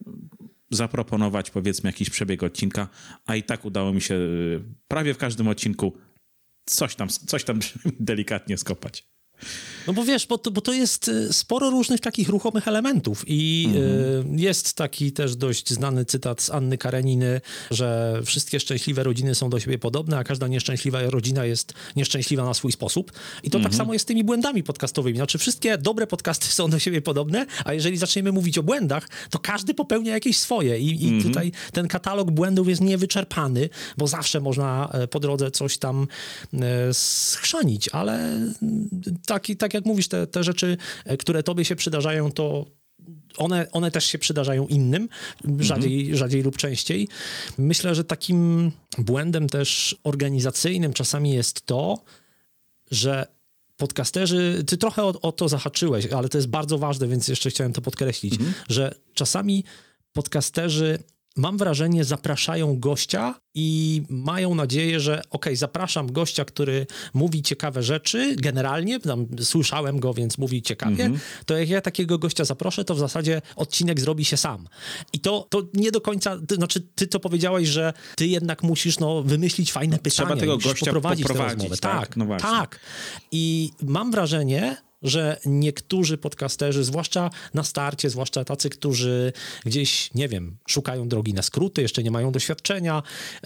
zaproponować powiedzmy jakiś przebieg odcinka, a i tak udało mi się prawie w każdym odcinku coś tam, coś tam delikatnie skopać. No bo wiesz, bo to, bo to jest sporo różnych takich ruchomych elementów i mm-hmm. y, jest taki też dość znany cytat z Anny Kareniny, że wszystkie szczęśliwe rodziny są do siebie podobne, a każda nieszczęśliwa rodzina jest nieszczęśliwa na swój sposób. I to mm-hmm. tak samo jest z tymi błędami podcastowymi. Znaczy wszystkie dobre podcasty są do siebie podobne, a jeżeli zaczniemy mówić o błędach, to każdy popełnia jakieś swoje i, i mm-hmm. tutaj ten katalog błędów jest niewyczerpany, bo zawsze można po drodze coś tam e, schrzanić, ale taki, tak jak mówisz, te, te rzeczy, które tobie się przydarzają, to one, one też się przydarzają innym, rzadziej, mhm. rzadziej lub częściej. Myślę, że takim błędem też organizacyjnym czasami jest to, że podcasterzy, ty trochę o, o to zahaczyłeś, ale to jest bardzo ważne, więc jeszcze chciałem to podkreślić, mhm. że czasami podcasterzy, mam wrażenie, zapraszają gościa i mają nadzieję, że okej, okay, zapraszam gościa, który mówi ciekawe rzeczy, generalnie, tam słyszałem go, więc mówi ciekawie, mm-hmm. to jak ja takiego gościa zaproszę, to w zasadzie odcinek zrobi się sam. I to, to nie do końca, to znaczy ty to powiedziałeś, że ty jednak musisz no, wymyślić fajne pytania. Trzeba tego gościa poprowadzić, poprowadzić tak? Tak, no właśnie. tak. I mam wrażenie, że niektórzy podcasterzy, zwłaszcza na starcie, zwłaszcza tacy, którzy gdzieś, nie wiem, szukają drogi na skróty, jeszcze nie mają doświadczenia,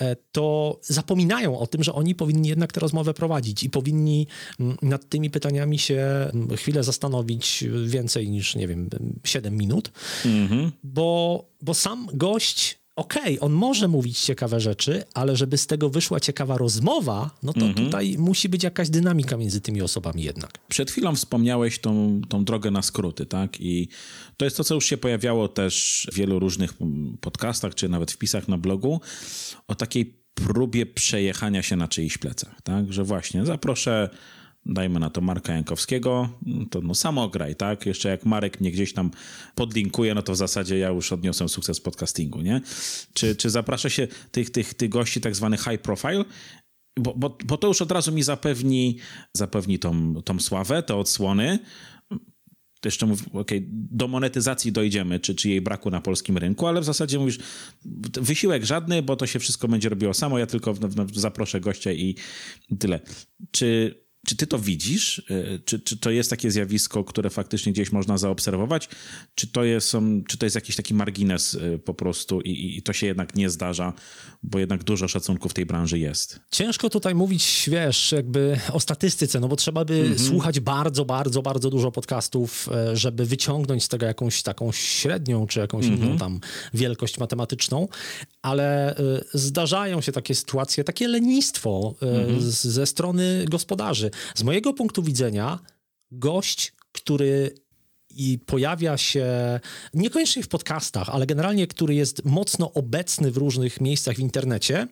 to zapominają o tym, że oni powinni jednak tę rozmowę prowadzić i powinni nad tymi pytaniami się chwilę zastanowić więcej niż, nie wiem, siedem minut, mm-hmm. bo, bo sam gość okej, okay, on może mówić ciekawe rzeczy, ale żeby z tego wyszła ciekawa rozmowa, no to mm-hmm. tutaj musi być jakaś dynamika między tymi osobami jednak. Przed chwilą wspomniałeś tą, tą drogę na skróty, tak? I to jest to, co już się pojawiało też w wielu różnych podcastach, czy nawet wpisach na blogu, o takiej próbie przejechania się na czyichś plecach, tak? Że właśnie zaproszę, dajmy na to Marka Jankowskiego, to no samograj, tak? Jeszcze jak Marek mnie gdzieś tam podlinkuje, no to w zasadzie ja już odniosłem sukces podcastingu, nie? Czy, czy zaprasza się tych, tych, tych gości tak zwany high profile, bo, bo, bo to już od razu mi zapewni, zapewni tą, tą sławę, te odsłony. jeszcze mówię, okej, okay, do monetyzacji dojdziemy, czy, czy jej braku na polskim rynku, ale w zasadzie mówisz, wysiłek żadny, bo to się wszystko będzie robiło samo, ja tylko w, w, zaproszę gościa i tyle. Czy... Czy ty to widzisz? Czy, czy to jest takie zjawisko, które faktycznie gdzieś można zaobserwować? Czy to jest, czy to jest jakiś taki margines po prostu i, i to się jednak nie zdarza, bo jednak dużo szacunku w tej branży jest? Ciężko tutaj mówić, wiesz, jakby o statystyce, no bo trzeba by mm-hmm. słuchać bardzo, bardzo, bardzo dużo podcastów, żeby wyciągnąć z tego jakąś taką średnią, czy jakąś mm-hmm. inną tam wielkość matematyczną, ale y, zdarzają się takie sytuacje, takie lenistwo y, mm-hmm. z, ze strony gospodarzy. Z mojego punktu widzenia gość, który i pojawia się niekoniecznie w podcastach, ale generalnie, który jest mocno obecny w różnych miejscach w internecie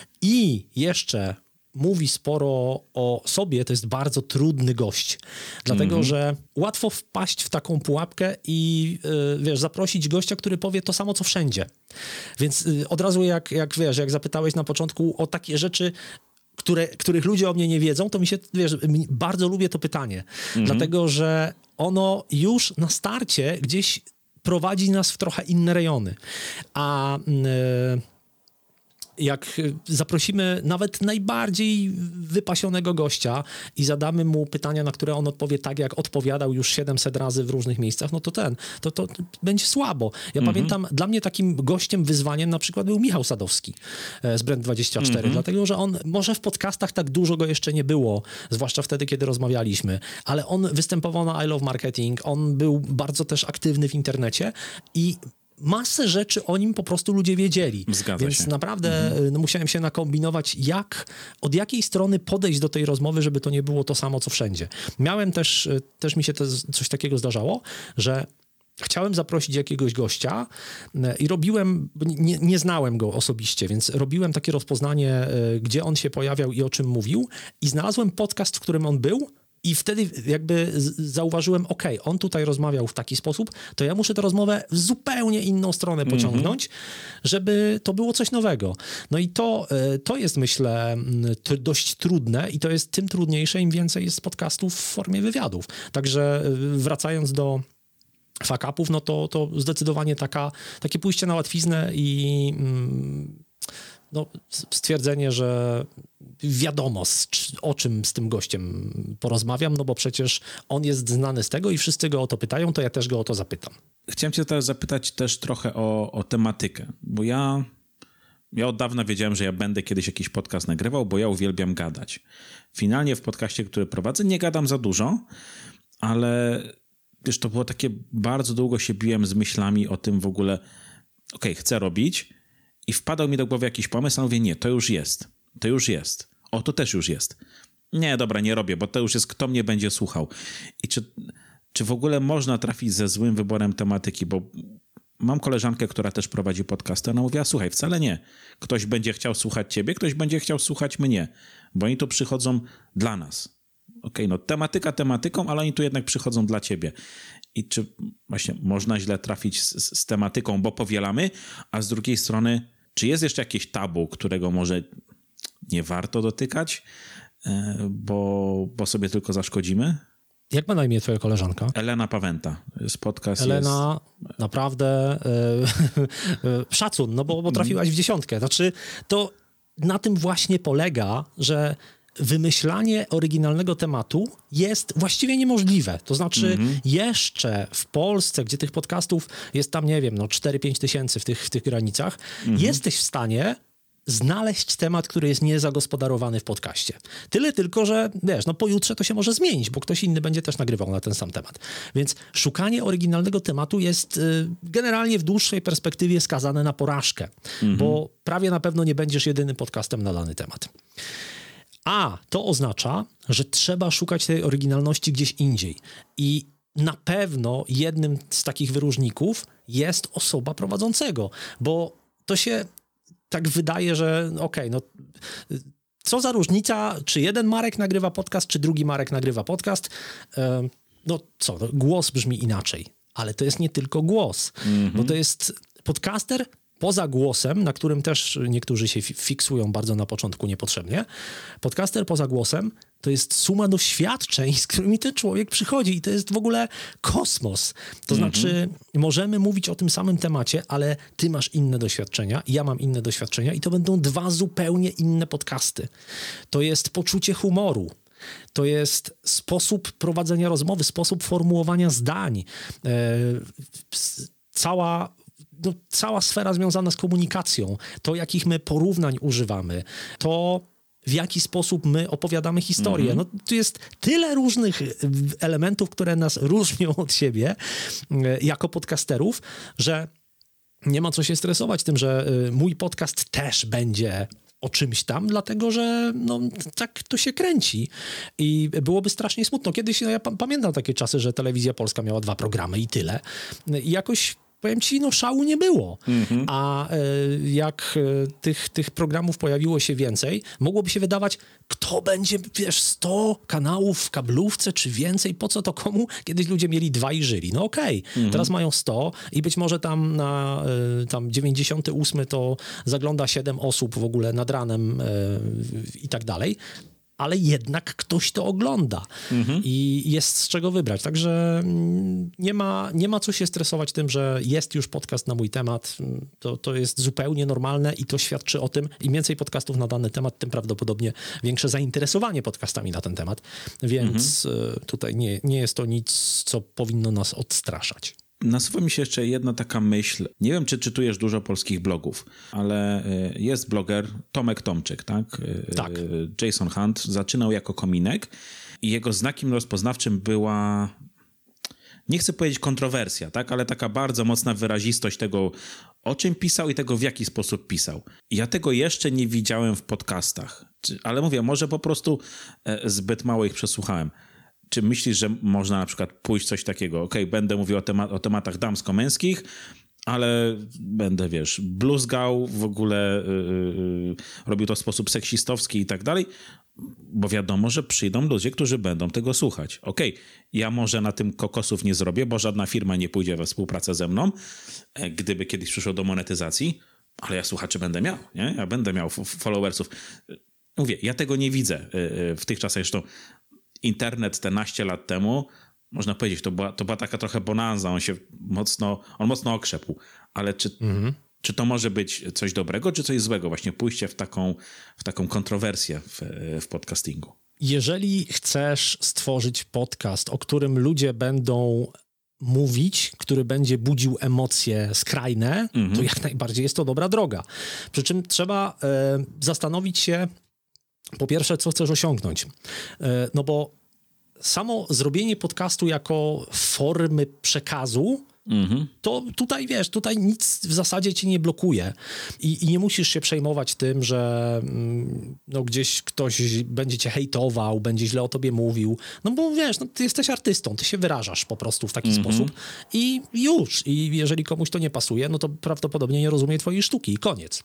i jeszcze mówi sporo o sobie, to jest bardzo trudny gość. Dlatego, mm-hmm. że łatwo wpaść w taką pułapkę i yy, wiesz, zaprosić gościa, który powie to samo, co wszędzie. Więc yy, od razu jak, jak wiesz, jak zapytałeś na początku o takie rzeczy, Które, których ludzie o mnie nie wiedzą, to mi się, wiesz, bardzo lubię to pytanie. Mhm. Dlatego, że ono już na starcie gdzieś prowadzi nas w trochę inne rejony. A yy, jak zaprosimy nawet najbardziej wypasionego gościa i zadamy mu pytania, na które on odpowie tak, jak odpowiadał już siedemset razy w różnych miejscach, no to ten, to, to będzie słabo. Ja mhm. pamiętam, dla mnie takim gościem, wyzwaniem na przykład był Michał Sadowski z Brand dwadzieścia cztery, mhm. dlatego, że on, może w podcastach tak dużo go jeszcze nie było, zwłaszcza wtedy, kiedy rozmawialiśmy, ale on występował na I Love Marketing, on był bardzo też aktywny w internecie i masę rzeczy o nim po prostu ludzie wiedzieli. Zgadza Więc się. naprawdę mhm. no, musiałem się nakombinować, jak, od jakiej strony podejść do tej rozmowy, żeby to nie było to samo, co wszędzie. Miałem też, też mi się to, coś takiego zdarzało, że chciałem zaprosić jakiegoś gościa i robiłem, nie, nie znałem go osobiście, więc robiłem takie rozpoznanie, gdzie on się pojawiał i o czym mówił i znalazłem podcast, w którym on był. I wtedy jakby zauważyłem, okej, okay, on tutaj rozmawiał w taki sposób, to ja muszę tę rozmowę w zupełnie inną stronę pociągnąć, mm-hmm. żeby to było coś nowego. No i to, to jest, myślę, to dość trudne i to jest tym trudniejsze, im więcej jest podcastów w formie wywiadów. Także wracając do fuck-upów, no to, to zdecydowanie taka, takie pójście na łatwiznę i no, stwierdzenie, że wiadomo, o czym z tym gościem porozmawiam, no bo przecież on jest znany z tego i wszyscy go o to pytają, to ja też go o to zapytam. Chciałem cię teraz zapytać też trochę o, o tematykę, bo ja, ja od dawna wiedziałem, że ja będę kiedyś jakiś podcast nagrywał, bo ja uwielbiam gadać. Finalnie w podcaście, który prowadzę, nie gadam za dużo, ale wiesz, to było takie, bardzo długo się biłem z myślami o tym w ogóle, okej, okay, chcę robić i wpadał mi do głowy jakiś pomysł, a mówię, nie, to już jest. To już jest. O, to też już jest. Nie, dobra, nie robię, bo to już jest, kto mnie będzie słuchał. I czy, czy w ogóle można trafić ze złym wyborem tematyki, bo mam koleżankę, która też prowadzi podcasty, ona mówiła, słuchaj, wcale nie. Ktoś będzie chciał słuchać ciebie, ktoś będzie chciał słuchać mnie, bo oni tu przychodzą dla nas. Okej, okay, no tematyka tematyką, ale oni tu jednak przychodzą dla ciebie. I czy właśnie można źle trafić z, z tematyką, bo powielamy, a z drugiej strony, czy jest jeszcze jakieś tabu, którego może nie warto dotykać, bo, bo sobie tylko zaszkodzimy? Jak ma na imię twoja koleżanka? Elena Pawęta. Z podcast Elena, jest... naprawdę yy, szacun, no bo, bo trafiłaś w dziesiątkę. Znaczy, to na tym właśnie polega, że wymyślanie oryginalnego tematu jest właściwie niemożliwe. To znaczy mm-hmm. jeszcze w Polsce, gdzie tych podcastów jest tam, nie wiem, no cztery pięć tysięcy w tych, w tych granicach, mm-hmm. jesteś w stanie znaleźć temat, który jest niezagospodarowany w podcaście. Tyle tylko, że wiesz, no pojutrze to się może zmienić, bo ktoś inny będzie też nagrywał na ten sam temat. Więc szukanie oryginalnego tematu jest y, generalnie w dłuższej perspektywie skazane na porażkę, mm-hmm. bo prawie na pewno nie będziesz jedynym podcastem na dany temat. A to oznacza, że trzeba szukać tej oryginalności gdzieś indziej. I na pewno jednym z takich wyróżników jest osoba prowadzącego, bo to się tak wydaje, że okej, okay, no co za różnica, czy jeden Marek nagrywa podcast, czy drugi Marek nagrywa podcast. E, no co, no, głos brzmi inaczej, ale to jest nie tylko głos, mm-hmm. bo to jest podcaster, poza głosem, na którym też niektórzy się fiksują bardzo na początku niepotrzebnie, podcaster poza głosem to jest suma doświadczeń, z którymi ten człowiek przychodzi i to jest w ogóle kosmos. To mm-hmm. znaczy, możemy mówić o tym samym temacie, ale ty masz inne doświadczenia, ja mam inne doświadczenia i to będą dwa zupełnie inne podcasty. To jest poczucie humoru. To jest sposób prowadzenia rozmowy, sposób formułowania zdań. E, cała, no, cała sfera związana z komunikacją, to jakich my porównań używamy, to w jaki sposób my opowiadamy historię. Mm-hmm. No, tu jest tyle różnych elementów, które nas różnią od siebie jako podcasterów, że nie ma co się stresować tym, że mój podcast też będzie o czymś tam, dlatego że no, tak to się kręci. I byłoby strasznie smutno. Kiedyś, no, ja p- pamiętam takie czasy, że Telewizja Polska miała dwa programy i tyle. I jakoś, powiem ci, no szału nie było. Mm-hmm. A e, jak e, tych, tych programów pojawiło się więcej, mogłoby się wydawać, kto będzie, wiesz, sto kanałów w kablówce, czy więcej, po co to komu? Kiedyś ludzie mieli dwa i żyli. No okej, okay. mm-hmm. teraz mają sto i być może tam na e, tam dziewięćdziesiąty ósmy to zagląda siedem osób w ogóle nad ranem e, i tak dalej. Ale jednak ktoś to ogląda mhm. i jest z czego wybrać. Także nie ma, nie ma co się stresować tym, że jest już podcast na mój temat. To, to jest zupełnie normalne i to świadczy o tym, im więcej podcastów na dany temat, tym prawdopodobnie większe zainteresowanie podcastami na ten temat. Więc mhm. tutaj nie, nie jest to nic, co powinno nas odstraszać. Nasuwa mi się jeszcze jedna taka myśl. Nie wiem, czy czytujesz dużo polskich blogów, ale jest bloger Tomek Tomczyk, tak? Tak. Jason Hunt zaczynał jako kominek i jego znakiem rozpoznawczym była, nie chcę powiedzieć kontrowersja, tak? Ale taka bardzo mocna wyrazistość tego, o czym pisał i tego, w jaki sposób pisał. Ja tego jeszcze nie widziałem w podcastach, ale mówię, może po prostu zbyt mało ich przesłuchałem. Czy myślisz, że można na przykład pójść coś takiego, okej, okay, będę mówił o, tema- o tematach damsko-męskich, ale będę, wiesz, bluzgał, w ogóle yy, robił to w sposób seksistowski i tak dalej, bo wiadomo, że przyjdą ludzie, którzy będą tego słuchać. Okej, okay, ja może na tym kokosów nie zrobię, bo żadna firma nie pójdzie we współpracę ze mną, gdyby kiedyś przyszło do monetyzacji, ale ja słuchaczy będę miał, nie? Ja będę miał f- followersów. Mówię, ja tego nie widzę yy, w tych czasach. Zresztą internet te naście lat temu, można powiedzieć, to była, to była taka trochę bonanza, on się mocno, on mocno okrzepł, ale czy, mm-hmm. czy to może być coś dobrego, czy coś złego? Właśnie pójście w taką, w taką kontrowersję w, w podcastingu. Jeżeli chcesz stworzyć podcast, o którym ludzie będą mówić, który będzie budził emocje skrajne, mm-hmm. to jak najbardziej jest to dobra droga. Przy czym trzeba e, zastanowić się, po pierwsze, co chcesz osiągnąć. No bo samo zrobienie podcastu jako formy przekazu, mm-hmm. to tutaj, wiesz, tutaj nic w zasadzie cię nie blokuje. I, i nie musisz się przejmować tym, że no, gdzieś ktoś będzie cię hejtował, będzie źle o tobie mówił. No bo wiesz, no, ty jesteś artystą, ty się wyrażasz po prostu w taki mm-hmm. sposób i już. I jeżeli komuś to nie pasuje, no to prawdopodobnie nie rozumie twojej sztuki i koniec.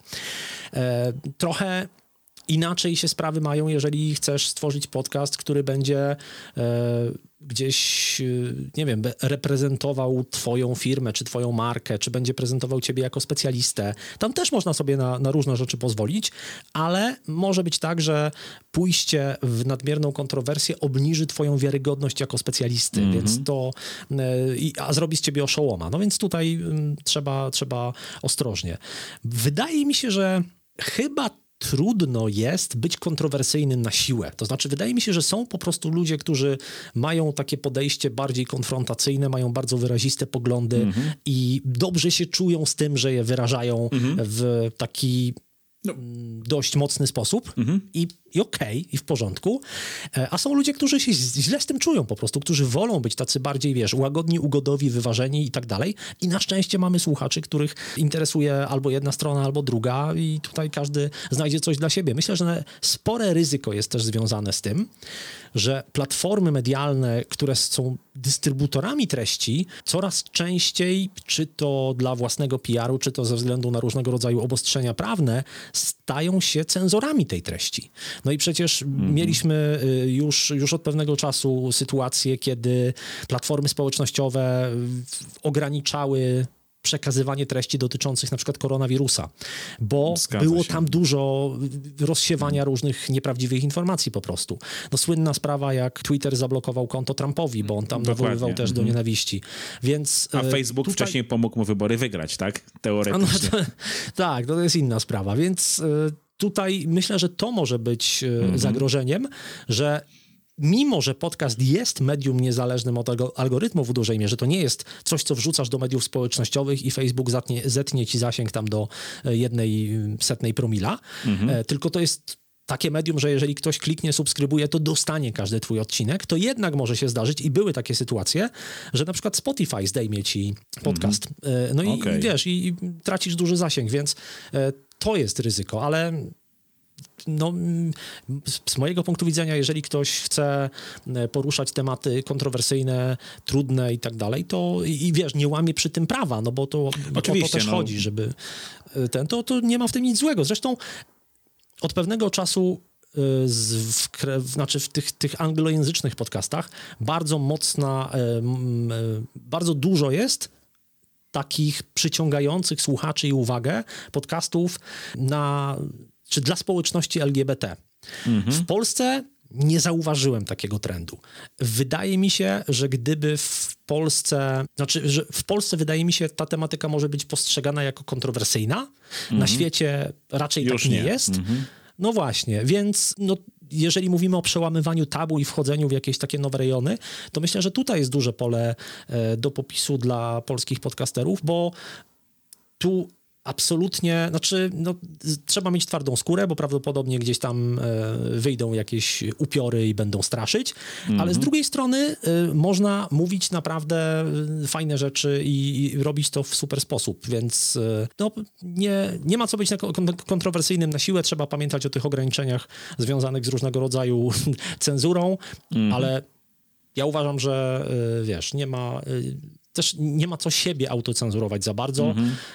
E, trochę inaczej się sprawy mają, jeżeli chcesz stworzyć podcast, który będzie e, gdzieś, e, nie wiem, reprezentował twoją firmę, czy twoją markę, czy będzie prezentował ciebie jako specjalistę. Tam też można sobie na, na różne rzeczy pozwolić, ale może być tak, że pójście w nadmierną kontrowersję obniży twoją wiarygodność jako specjalisty, mm-hmm. więc to, e, a zrobi z ciebie oszołoma. No więc tutaj m, trzeba, trzeba ostrożnie. Wydaje mi się, że chyba trudno jest być kontrowersyjnym na siłę. To znaczy, wydaje mi się, że są po prostu ludzie, którzy mają takie podejście bardziej konfrontacyjne, mają bardzo wyraziste poglądy mm-hmm. i dobrze się czują z tym, że je wyrażają mm-hmm. w taki no. dość mocny sposób mm-hmm. i, i okej, okay, i w porządku. A są ludzie, którzy się źle z tym czują po prostu, którzy wolą być tacy bardziej, wiesz, łagodni, ugodowi, wyważeni i tak dalej. I na szczęście mamy słuchaczy, których interesuje albo jedna strona, albo druga i tutaj każdy znajdzie coś dla siebie. Myślę, że spore ryzyko jest też związane z tym, że platformy medialne, które są dystrybutorami treści, coraz częściej, czy to dla własnego P R u, czy to ze względu na różnego rodzaju obostrzenia prawne, stają się cenzorami tej treści. No i przecież mm-hmm. mieliśmy już, już od pewnego czasu sytuację, kiedy platformy społecznościowe ograniczały przekazywanie treści dotyczących na przykład koronawirusa, bo Zgadza było się. tam dużo rozsiewania różnych nieprawdziwych informacji po prostu. No słynna sprawa, jak Twitter zablokował konto Trumpowi, bo on tam Dokładnie. nawoływał też do Mhm. nienawiści. Więc, A e, Facebook tutaj... wcześniej pomógł mu wybory wygrać, tak? A no, Teoretycznie. to, tak, to jest inna sprawa, więc e, tutaj myślę, że to może być e, Mhm. zagrożeniem, że mimo, że podcast jest medium niezależnym od algo- algorytmów w dużej mierze, to nie jest coś, co wrzucasz do mediów społecznościowych i Facebook zatnie, zetnie ci zasięg tam do e, jednej setnej promila, Mhm. e, tylko to jest takie medium, że jeżeli ktoś kliknie, subskrybuje, to dostanie każdy twój odcinek, to jednak może się zdarzyć i były takie sytuacje, że na przykład Spotify zdejmie ci podcast. E, No i, Okej. i wiesz, i, i tracisz duży zasięg, więc e, to jest ryzyko, ale no, mm, z- z mojego punktu widzenia, jeżeli ktoś chce e, poruszać tematy kontrowersyjne, trudne i tak dalej, to i, i wiesz, nie łamie przy tym prawa, no bo to bo o to Oczywiście, też no. chodzi, żeby e, ten, to, to nie ma w tym nic złego. Zresztą od pewnego czasu e, z, w, kre- w, znaczy w tych, tych anglojęzycznych podcastach bardzo mocna, e, m, e, bardzo dużo jest takich przyciągających słuchaczy i uwagę podcastów na, czy dla społeczności L G B T. W Polsce nie zauważyłem takiego trendu. Wydaje mi się, że gdyby w Polsce, znaczy, że w Polsce wydaje mi się, ta tematyka może być postrzegana jako kontrowersyjna. Na świecie raczej Już tak nie, nie. jest. No właśnie, więc no, jeżeli mówimy o przełamywaniu tabu i wchodzeniu w jakieś takie nowe rejony, to myślę, że tutaj jest duże pole e, do popisu dla polskich podcasterów, bo tu absolutnie, znaczy no, z- trzeba mieć twardą skórę, bo prawdopodobnie gdzieś tam e, wyjdą jakieś upiory i będą straszyć, ale z drugiej strony e, można mówić naprawdę e, fajne rzeczy i, i robić to w super sposób, więc e, no, nie, nie ma co być na kon- kontrowersyjnym na siłę, trzeba pamiętać o tych ograniczeniach związanych z różnego rodzaju cenzurą, ale ja uważam, że y, wiesz, nie ma y, też nie ma co siebie autocenzurować za bardzo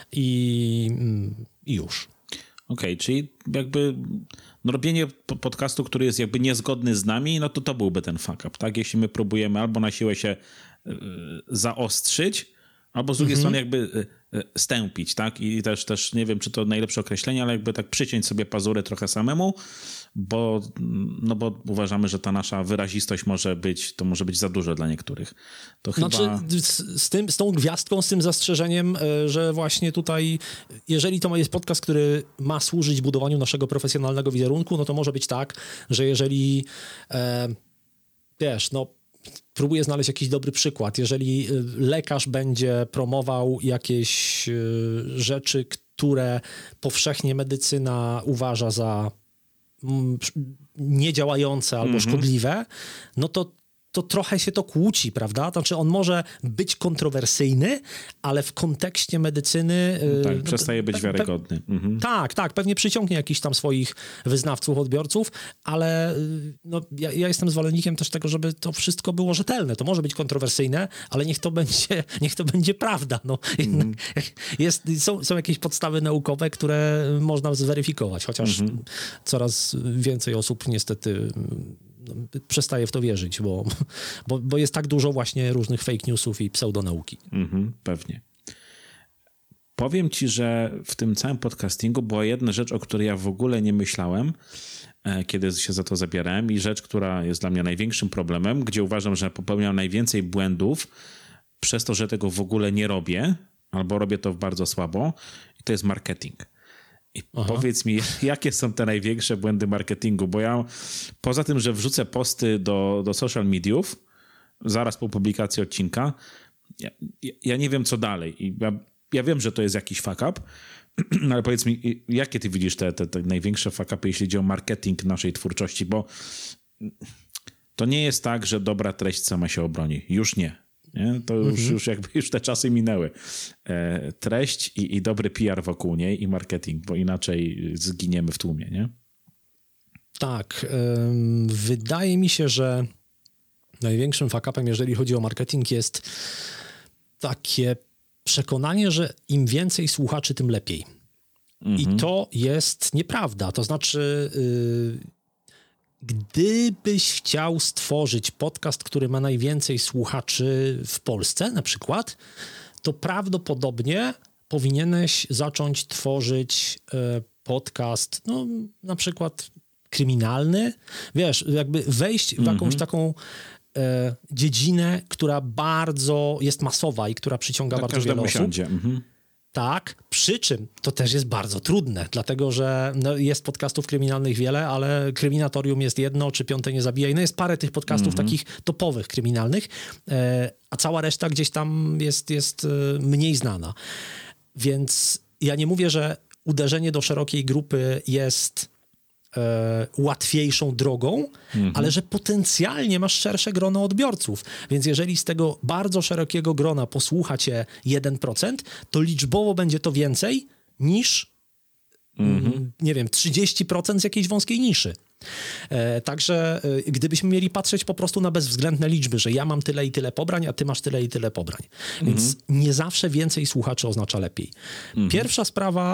i, mm, i już. Okej, czyli jakby no robienie po- podcastu, który jest jakby niezgodny z nami, no to to byłby ten fuck up, tak? Jeśli my próbujemy albo na siłę się y, zaostrzyć, albo z drugiej strony jakby y, y, stępić, tak? I też, też nie wiem, czy to najlepsze określenie, ale jakby tak przyciąć sobie pazury trochę samemu, bo, no bo uważamy, że ta nasza wyrazistość może być, to może być za dużo dla niektórych. To chyba... Znaczy, z, z, tym, z tą gwiazdką, z tym zastrzeżeniem, y, że właśnie tutaj, jeżeli to jest podcast, który ma służyć budowaniu naszego profesjonalnego wizerunku, no to może być tak, że jeżeli e, wiesz, no próbuję znaleźć jakiś dobry przykład. Jeżeli y, lekarz będzie promował jakieś y, rzeczy, które powszechnie medycyna uważa za mm, niedziałające albo szkodliwe, no to to trochę się to kłóci, prawda? Znaczy on może być kontrowersyjny, ale w kontekście medycyny... y, Tak, no, przestaje być pe- pe- wiarygodny. Mhm. tak, tak, pewnie przyciągnie jakichś tam swoich wyznawców, odbiorców, ale y, no, ja, ja jestem zwolennikiem też tego, żeby to wszystko było rzetelne. To może być kontrowersyjne, ale niech to będzie, niech to będzie prawda. No. Mhm. Jest, są, są jakieś podstawy naukowe, które można zweryfikować, chociaż Mhm. coraz więcej osób niestety no, przestaje w to wierzyć, bo, bo, bo jest tak dużo właśnie różnych fake newsów i pseudonauki. Mhm, pewnie. Powiem ci, że w tym całym podcastingu była jedna rzecz, o której ja w ogóle nie myślałem, e, kiedy się za to zabierałem, i rzecz, która jest dla mnie największym problemem, gdzie uważam, że popełniam najwięcej błędów przez to, że tego w ogóle nie robię, albo robię to bardzo słabo, i to jest marketing. I Aha. powiedz mi, jakie są te największe błędy marketingu, bo ja poza tym, że wrzucę posty do, do social mediów zaraz po publikacji odcinka, ja, ja, ja nie wiem, co dalej. I ja, ja wiem, że to jest jakiś fuck up, ale powiedz mi, jakie ty widzisz te, te, te największe fuck upy, jeśli chodzi o marketing naszej twórczości, bo to nie jest tak, że dobra treść sama się obroni. Już nie. Nie? To już, Mhm. już jakby już te czasy minęły. E, treść i, i dobry P R wokół niej i marketing, bo inaczej zginiemy w tłumie, nie? Tak. Ym, wydaje mi się, że największym fuck-upem, jeżeli chodzi o marketing, jest takie przekonanie, że im więcej słuchaczy, tym lepiej. Mhm. I to jest nieprawda. To znaczy, yy, gdybyś chciał stworzyć podcast, który ma najwięcej słuchaczy w Polsce na przykład, to prawdopodobnie powinieneś zacząć tworzyć e, podcast, no na przykład kryminalny, wiesz, jakby wejść w jakąś mm-hmm. taką e, dziedzinę, która bardzo jest masowa i która przyciąga tak bardzo wiele osób. Mm-hmm. Tak, przy czym to też jest bardzo trudne, dlatego że no, jest podcastów kryminalnych wiele, ale Kryminatorium jest jedno, czy Piąte nie zabijaj. No jest parę tych podcastów mm-hmm. takich topowych kryminalnych, e, a cała reszta gdzieś tam jest, jest e, mniej znana. Więc ja nie mówię, że uderzenie do szerokiej grupy jest e, łatwiejszą drogą, mm-hmm. ale że potencjalnie masz szersze grono odbiorców. Więc jeżeli z tego bardzo szerokiego grona posłucha cię jeden procent, to liczbowo będzie to więcej niż mm-hmm. nie wiem, trzydzieści procent z jakiejś wąskiej niszy. E, także e, gdybyśmy mieli patrzeć po prostu na bezwzględne liczby, że ja mam tyle i tyle pobrań, a ty masz tyle i tyle pobrań. Mm-hmm. Więc nie zawsze więcej słuchaczy oznacza lepiej. Mm-hmm. Pierwsza sprawa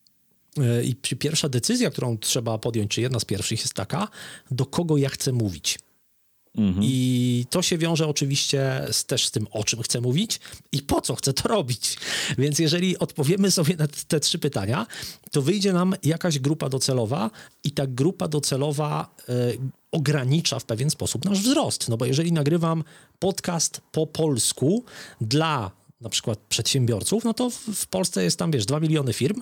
e, i pierwsza decyzja, którą trzeba podjąć, czy jedna z pierwszych jest taka, do kogo ja chcę mówić. Mhm. I to się wiąże oczywiście z, też z tym, o czym chcę mówić i po co chcę to robić. Więc jeżeli odpowiemy sobie na te trzy pytania, to wyjdzie nam jakaś grupa docelowa i ta grupa docelowa y, ogranicza w pewien sposób nasz wzrost. No bo jeżeli nagrywam podcast po polsku dla na przykład przedsiębiorców, no to w, w Polsce jest tam, wiesz, dwa miliony firm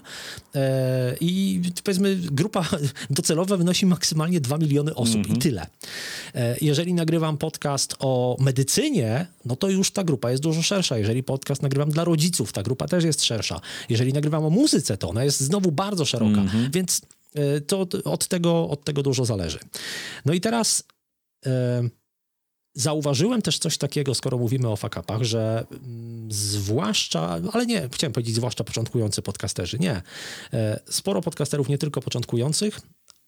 e, i powiedzmy grupa docelowa wynosi maksymalnie dwa miliony osób mm-hmm. i tyle. E, jeżeli nagrywam podcast o medycynie, no to już ta grupa jest dużo szersza. Jeżeli podcast nagrywam dla rodziców, ta grupa też jest szersza. Jeżeli nagrywam o muzyce, to ona jest znowu bardzo szeroka, mm-hmm. więc e, to od tego, od tego dużo zależy. No i teraz e, zauważyłem też coś takiego, skoro mówimy o fuck-upach, że mm, zwłaszcza, ale nie, chciałem powiedzieć zwłaszcza początkujący podcasterzy, nie. E, sporo podcasterów, nie tylko początkujących,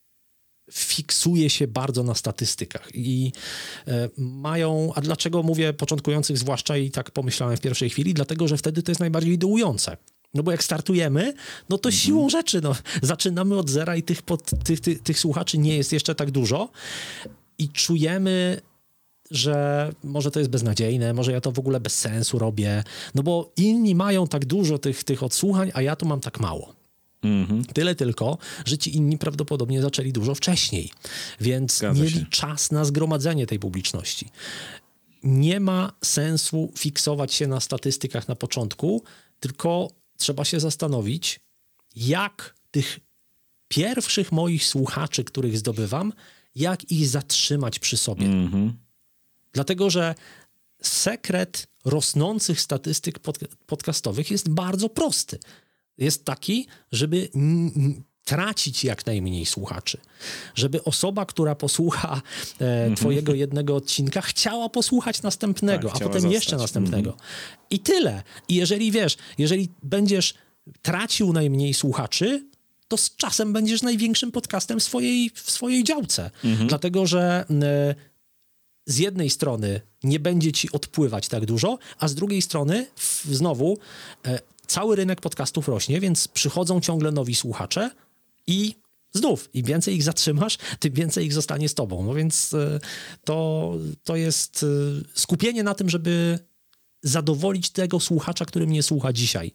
fiksuje się bardzo na statystykach i e, mają, a dlaczego mówię początkujących zwłaszcza i tak pomyślałem w pierwszej chwili? Dlatego, że wtedy to jest najbardziej dołujące. No bo jak startujemy, no to siłą mm-hmm. rzeczy, no, zaczynamy od zera i tych, pod, tych, tych, tych słuchaczy nie jest jeszcze tak dużo i czujemy, że może to jest beznadziejne, może ja to w ogóle bez sensu robię, no bo inni mają tak dużo tych, tych odsłuchań, a ja tu mam tak mało. Mm-hmm. Tyle tylko, że ci inni prawdopodobnie zaczęli dużo wcześniej, więc Zgadza mieli się. czas na zgromadzenie tej publiczności. Nie ma sensu fiksować się na statystykach na początku, tylko trzeba się zastanowić, jak tych pierwszych moich słuchaczy, których zdobywam, jak ich zatrzymać przy sobie. Mm-hmm. Dlatego, że sekret rosnących statystyk pod, podcastowych jest bardzo prosty. Jest taki, żeby n- tracić jak najmniej słuchaczy. Żeby osoba, która posłucha e, twojego jednego odcinka, chciała posłuchać następnego, tak, a potem zostać. jeszcze następnego. Mm-hmm. I tyle. I jeżeli wiesz, jeżeli będziesz tracił najmniej słuchaczy, to z czasem będziesz największym podcastem w swojej, w swojej działce. Mm-hmm. Dlatego, że e, z jednej strony nie będzie ci odpływać tak dużo, a z drugiej strony w, znowu e, cały rynek podcastów rośnie, więc przychodzą ciągle nowi słuchacze i znów im więcej ich zatrzymasz, tym więcej ich zostanie z tobą. No więc e, to, to jest e, skupienie na tym, żeby zadowolić tego słuchacza, który mnie słucha dzisiaj.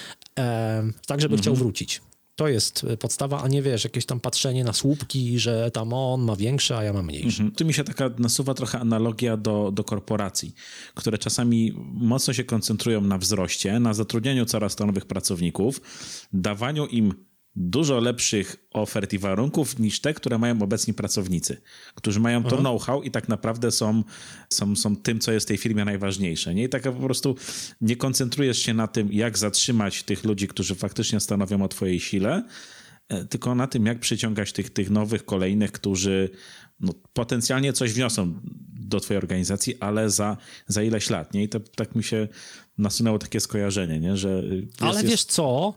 E, tak, żeby mhm. chciał wrócić. To jest podstawa, a nie wiesz, jakieś tam patrzenie na słupki, że tam on ma większe, a ja mam mniejsze. Mhm. Tu mi się taka nasuwa trochę analogia do, do korporacji, które czasami mocno się koncentrują na wzroście, na zatrudnianiu coraz to nowych pracowników, dawaniu im dużo lepszych ofert i warunków niż te, które mają obecni pracownicy, którzy mają to Aha. know-how i tak naprawdę są, są, są tym, co jest w tej firmie najważniejsze. Nie? I tak po prostu nie koncentrujesz się na tym, jak zatrzymać tych ludzi, którzy faktycznie stanowią o twojej sile, tylko na tym, jak przyciągać tych, tych nowych, kolejnych, którzy no, potencjalnie coś wniosą do twojej organizacji, ale za, za ileś lat. Nie? I to, tak mi się nasunęło takie skojarzenie, nie? Że jest, ale wiesz jest... co?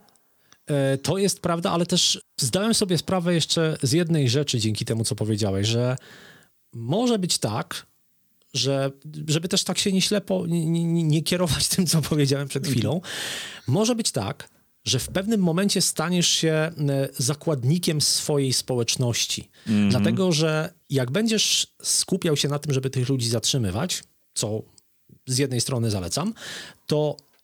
To jest prawda, ale też zdałem sobie sprawę jeszcze z jednej rzeczy dzięki temu, co powiedziałeś, że może być tak, że żeby też tak się nie ślepo, nie, nie, nie kierować tym, co powiedziałem przed chwilą, może być tak, że w pewnym momencie staniesz się zakładnikiem swojej społeczności. Mm-hmm. Dlatego, że jak będziesz skupiał się na tym, żeby tych ludzi zatrzymywać, co z jednej strony zalecam, to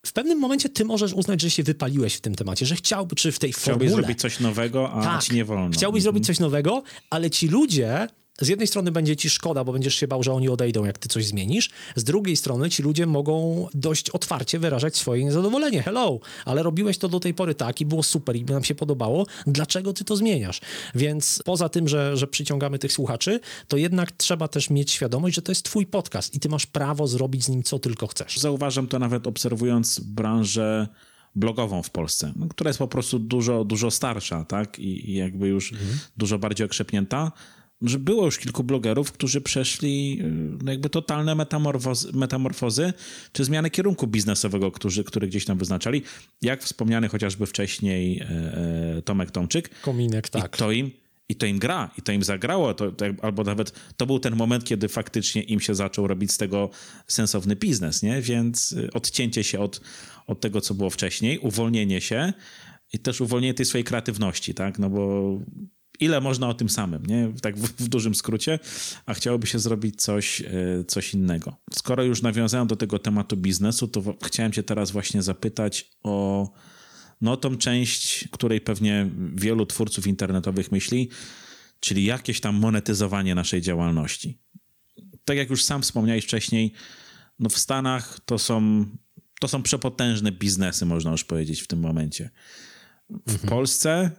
w pewnym momencie ty możesz uznać, że się wypaliłeś w tym temacie, że chciałby, czy w tej Chciałbyś formule... Chciałbyś zrobić coś nowego, a tak, ci nie wolno. Chciałbyś mhm. zrobić coś nowego, ale ci ludzie... Z jednej strony będzie ci szkoda, bo będziesz się bał, że oni odejdą, jak ty coś zmienisz. Z drugiej strony ci ludzie mogą dość otwarcie wyrażać swoje niezadowolenie. Hello, ale robiłeś to do tej pory tak i było super i nam się podobało. Dlaczego ty to zmieniasz? Więc poza tym, że, że przyciągamy tych słuchaczy, to jednak trzeba też mieć świadomość, że to jest twój podcast i ty masz prawo zrobić z nim co tylko chcesz. Zauważam to nawet obserwując branżę blogową w Polsce, no, która jest po prostu dużo, dużo starsza, tak? I, i jakby już mhm. dużo bardziej okrzepnięta. Że było już kilku blogerów, którzy przeszli no jakby totalne metamorfozy, metamorfozy czy zmiany kierunku biznesowego, którzy, który gdzieś tam wyznaczali, jak wspomniany chociażby wcześniej e, Tomek Tomczyk. Kominek, tak. I to im, i to im gra, i to im zagrało, to, to, albo nawet to był ten moment, kiedy faktycznie im się zaczął robić z tego sensowny biznes, nie? Więc odcięcie się od, od tego, co było wcześniej, uwolnienie się i też uwolnienie tej swojej kreatywności, tak? No bo ile można o tym samym, nie? Tak w, w dużym skrócie, a chciałoby się zrobić coś, coś innego. Skoro już nawiązałem do tego tematu biznesu, to w, chciałem cię teraz właśnie zapytać o no, tą część, której pewnie wielu twórców internetowych myśli, czyli jakieś tam monetyzowanie naszej działalności. Tak jak już sam wspomniałeś wcześniej, no w Stanach to są, to są przepotężne biznesy, można już powiedzieć w tym momencie. W mhm. Polsce